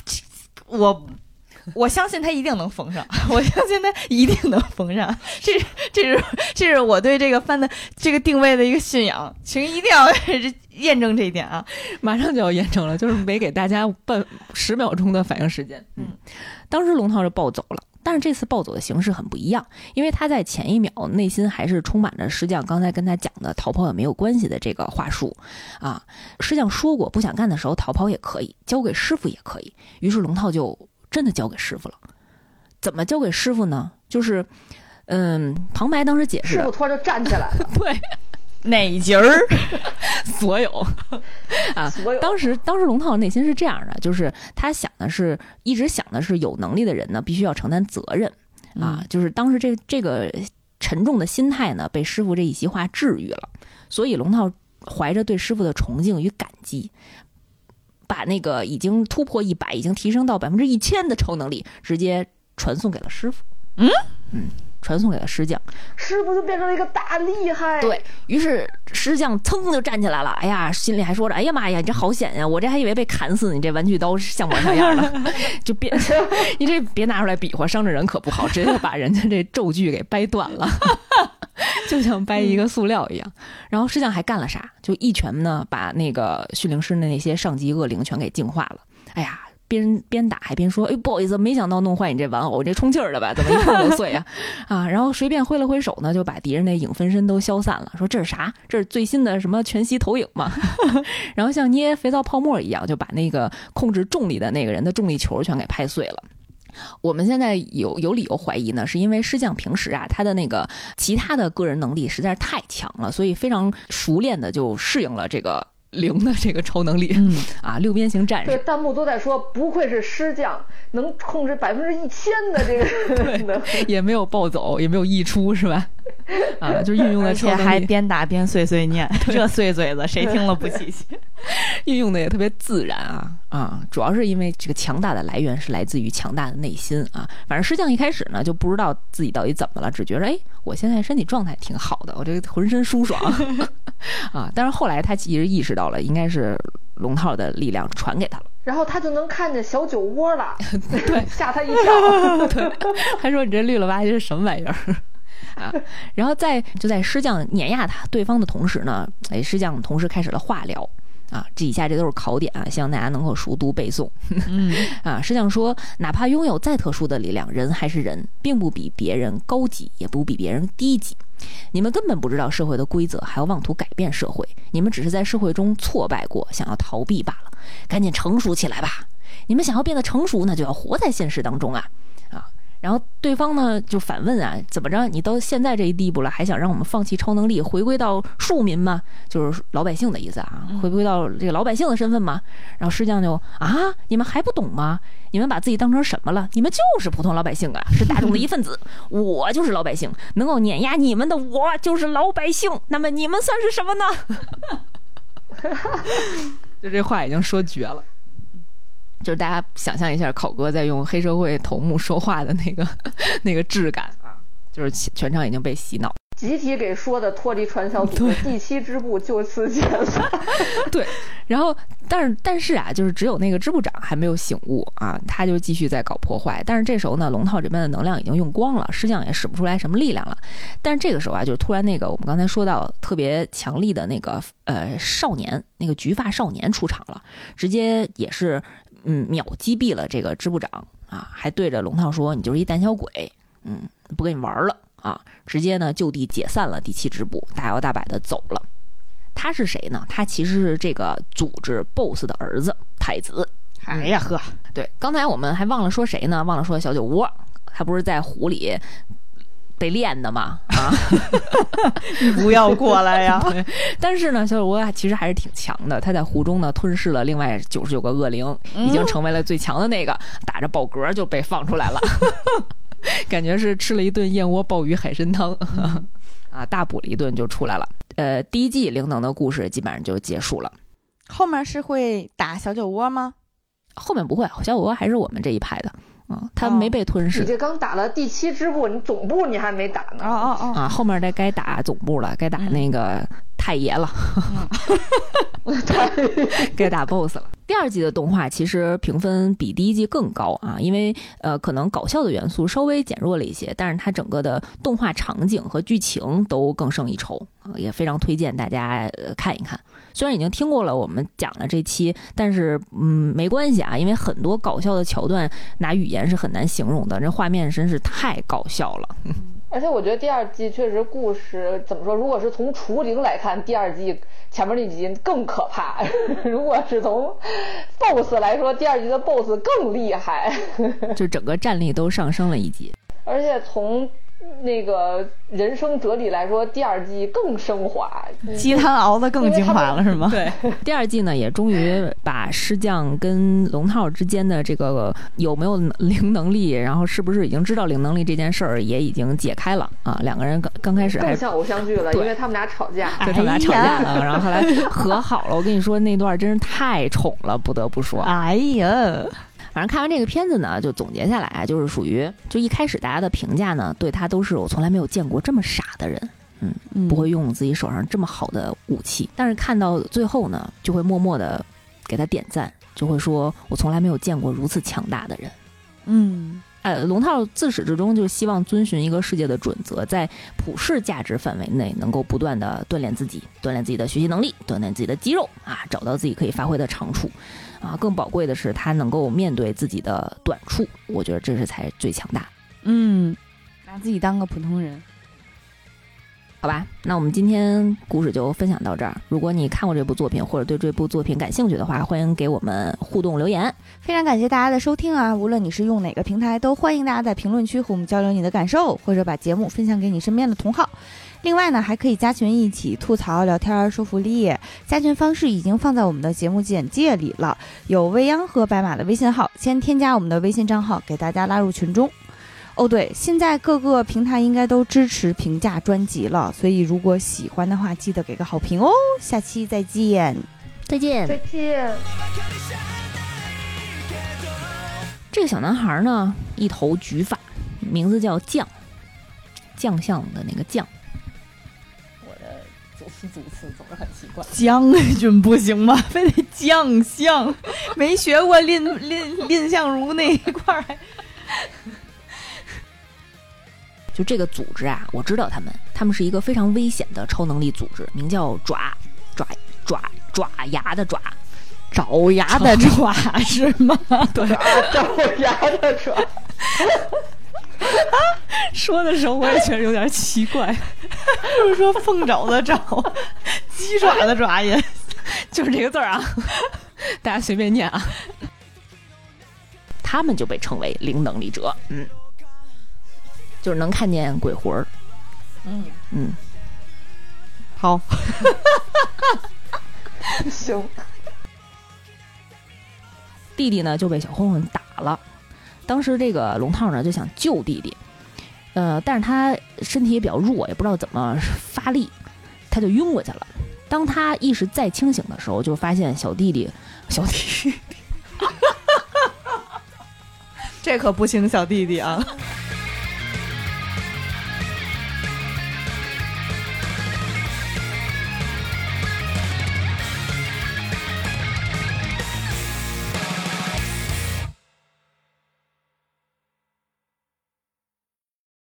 我相信他一定能缝上，我相信他一定能缝上。这是我对这个番的这个定位的一个信仰，请一定要验证这一点啊！ 马上就要验证了，就是没给大家10秒钟的反应时间。当时龙套就暴走了，但是这次暴走的形式很不一样，因为他在前一秒内心还是充满着师匠刚才跟他讲的逃跑也没有关系的这个话术啊。师匠说过，不想干的时候逃跑也可以，交给师傅也可以。于是龙套就真的交给师傅了。怎么交给师傅呢？就是旁白当时解释， 师傅突然就站起来了。 对， 哪一节儿？ 所有啊，当时龙套内心是这样的，就是他一直想的是有能力的人呢必须要承担责任啊，就是当时这个沉重的心态呢被师傅这一席话治愈了，所以龙套怀着对师傅的崇敬与感激，把那个已经突破100已经提升到1000%的超能力直接传送给了师傅。传送给了师匠， 师傅就变成了一个大厉害。 对，于是师匠噌就站起来了，哎呀，心里还说着，哎呀妈呀，你这好险呀，我这还以为被砍死，你这玩具刀像模像样的，就你这别拿出来比划，伤着人可不好，直接把人家这咒具给掰断了。 就像掰一个塑料一样。然后师匠还干了啥？就一拳呢把那个训灵师的那些上级恶灵全给净化了。哎呀，边打还边说，哎，不好意思，没想到弄坏你这玩偶，这充气儿的吧，怎么一碰就碎啊？啊，然后随便挥了挥手呢，就把敌人那影分身都消散了。说这是啥？这是最新的什么全息投影吗？然后像捏肥皂泡沫一样，就把那个控制重力的那个人的重力球全给拍碎了。我们现在有理由怀疑呢，是因为师匠平时啊，他的那个其他的个人能力实在是太强了，所以非常熟练的就适应了这个灵的这个超能力。六边形战士。 对，弹幕都在说，不愧是师匠，能控制1000%的这个能力， 也没有暴走，也没有溢出，是吧？啊，就运用的超能力， 而且还边打边碎碎念，这碎嘴子谁听了不稀奇？ 运用的也特别自然啊，主要是因为这个强大的来源是来自于强大的内心啊。反正师匠一开始呢就不知道自己到底怎么了，只觉得我现在身体状态挺好的，我这个浑身舒爽啊。但是后来他其实意识到了，应该是龙套的力量传给他了。 然后他就能看见小酒窝了， 对， 吓他一跳。 对，还说你这绿了吧唧是什么玩意儿？啊，然后就在师匠碾压他对方的同时呢，师匠同时开始了化疗啊，这以下这都是考点啊，希望大家能够熟读背诵。师匠说，哪怕拥有再特殊的力量，人还是人，并不比别人高级，也不比别人低级。你们根本不知道社会的规则，还要妄图改变社会，你们只是在社会中挫败过，想要逃避罢了。赶紧成熟起来吧！你们想要变得成熟，那就要活在现实当中啊！然后对方呢就反问啊，怎么着？你到现在这一地步了，还想让我们放弃超能力，回归到庶民吗？就是老百姓的意思啊，回归到这个老百姓的身份吗？然后师匠就你们还不懂吗？你们把自己当成什么了？你们就是普通老百姓啊，是大众的一份子。我就是老百姓，能够碾压你们的我就是老百姓。那么你们算是什么呢？就这话已经说绝了。就是大家想象一下，考哥在用黑社会头目说话的那个质感啊，就是全场已经被洗脑， 集体给说的脱离传销组织第7支部就此解散。 对，然后但是啊，就是只有那个支部长还没有醒悟啊，他就继续在搞破坏。但是这时候呢，龙套这边的能量已经用光了，师匠也使不出来什么力量了。但是这个时候啊，就是突然那个我们刚才说到特别强力的那个少年，那个橘发少年出场了，直接也是秒击毙了这个支部长啊，还对着龙套说：“你就是一胆小鬼，不跟你玩了啊！”直接呢就地解散了第7支部，大摇大摆的走了。他是谁呢？他其实是这个组织 BOSS 的儿子太子。 哎呀呵， 对，刚才我们还忘了说谁呢？忘了说小酒窝，他不是在湖里被练的吗？啊， 你不要过来呀！ 但是呢，小酒窝其实还是挺强的。他在湖中呢吞噬了另外99个恶灵，已经成为了最强的那个，打着饱嗝就被放出来了。感觉是吃了一顿燕窝鲍鱼海参汤啊，大补了一顿就出来了。第一季灵能的故事基本上就结束了。 后面是会打小酒窝吗？ 后面不会，小酒窝还是我们这一派的。他没被吞噬。 你这刚打了第7支部，你总部你还没打呢。 啊，后面该打总部了，该打那个太爷了，该打 BOSS 了。第2季的动画其实评分比第1季更高啊，因为可能搞笑的元素稍微减弱了一些，但是它整个的动画场景和剧情都更胜一筹啊，也非常推荐大家看一看。虽然已经听过了我们讲了这期，但是没关系啊，因为很多搞笑的桥段拿语言是很难形容的，这画面真是太搞笑了。 而且我觉得第2季确实故事怎么说，如果是从除灵来看，第2季前面那集更可怕。如果是从 BOSS 来说，第2季的 BOSS 更厉害， 就整个战力都上升了一级。 而且从那个人生哲理来说，第2季更升华， 鸡汤熬得更精华了是吗？ 对，第2季呢也终于把师匠跟龙套之间的这个有没有灵能力，然后是不是已经知道灵能力这件事儿也已经解开了啊。两个人刚开始还更像偶像剧了，因为他们俩吵架， 对，他们俩吵架了，然后后来和好了。我跟你说那段真是太宠了，不得不说。 哎呀。 反正看完这个片子呢，就总结下来啊，就是属于就一开始大家的评价呢，对他都是我从来没有见过这么傻的人，不会用自己手上这么好的武器。但是看到最后呢，就会默默的给他点赞，就会说我从来没有见过如此强大的人。 龙套自始至终就希望遵循一个世界的准则，在普世价值范围内，能够不断的锻炼自己的学习能力，锻炼自己的肌肉啊，找到自己可以发挥的长处啊。更宝贵的是，他能够面对自己的短处，我觉得这是才最强大。 拿自己当个普通人。 好吧，那我们今天故事就分享到这儿。如果你看过这部作品，或者对这部作品感兴趣的话，欢迎给我们互动留言。 非常感谢大家的收听啊！无论你是用哪个平台，都欢迎大家在评论区和我们交流你的感受，或者把节目分享给你身边的同好。另外呢，还可以加群一起吐槽、聊天、说福利。加群方式已经放在我们的节目简介里了，有未央和白马的微信号，先添加我们的微信账号，给大家拉入群中。哦对，现在各个平台应该都支持评价专辑了，所以如果喜欢的话，记得给个好评哦。下期再见， 再见。这个小男孩呢，一头橘发，名字叫将相的那个将。我的组词总是很奇怪。 将军不行吗？非得将相，没学过蔺相如那一块儿。 就这个组织啊，我知道他们是一个非常危险的超能力组织，名叫爪牙的爪， 爪牙的爪是吗？ 对， 爪牙的爪。 说的时候我也觉得有点奇怪， 就是说凤爪的爪，鸡爪的爪也就是这个字啊，大家随便念啊。他们就被称为灵能力者，就是能看见鬼魂儿。 好， 行。 弟弟呢就被小混混打了，当时这个龙套呢就想救弟弟，但是他身体也比较弱，也不知道怎么发力，他就晕过去了。当他意识再清醒的时候，就发现小弟弟， 这可不行，小弟弟啊。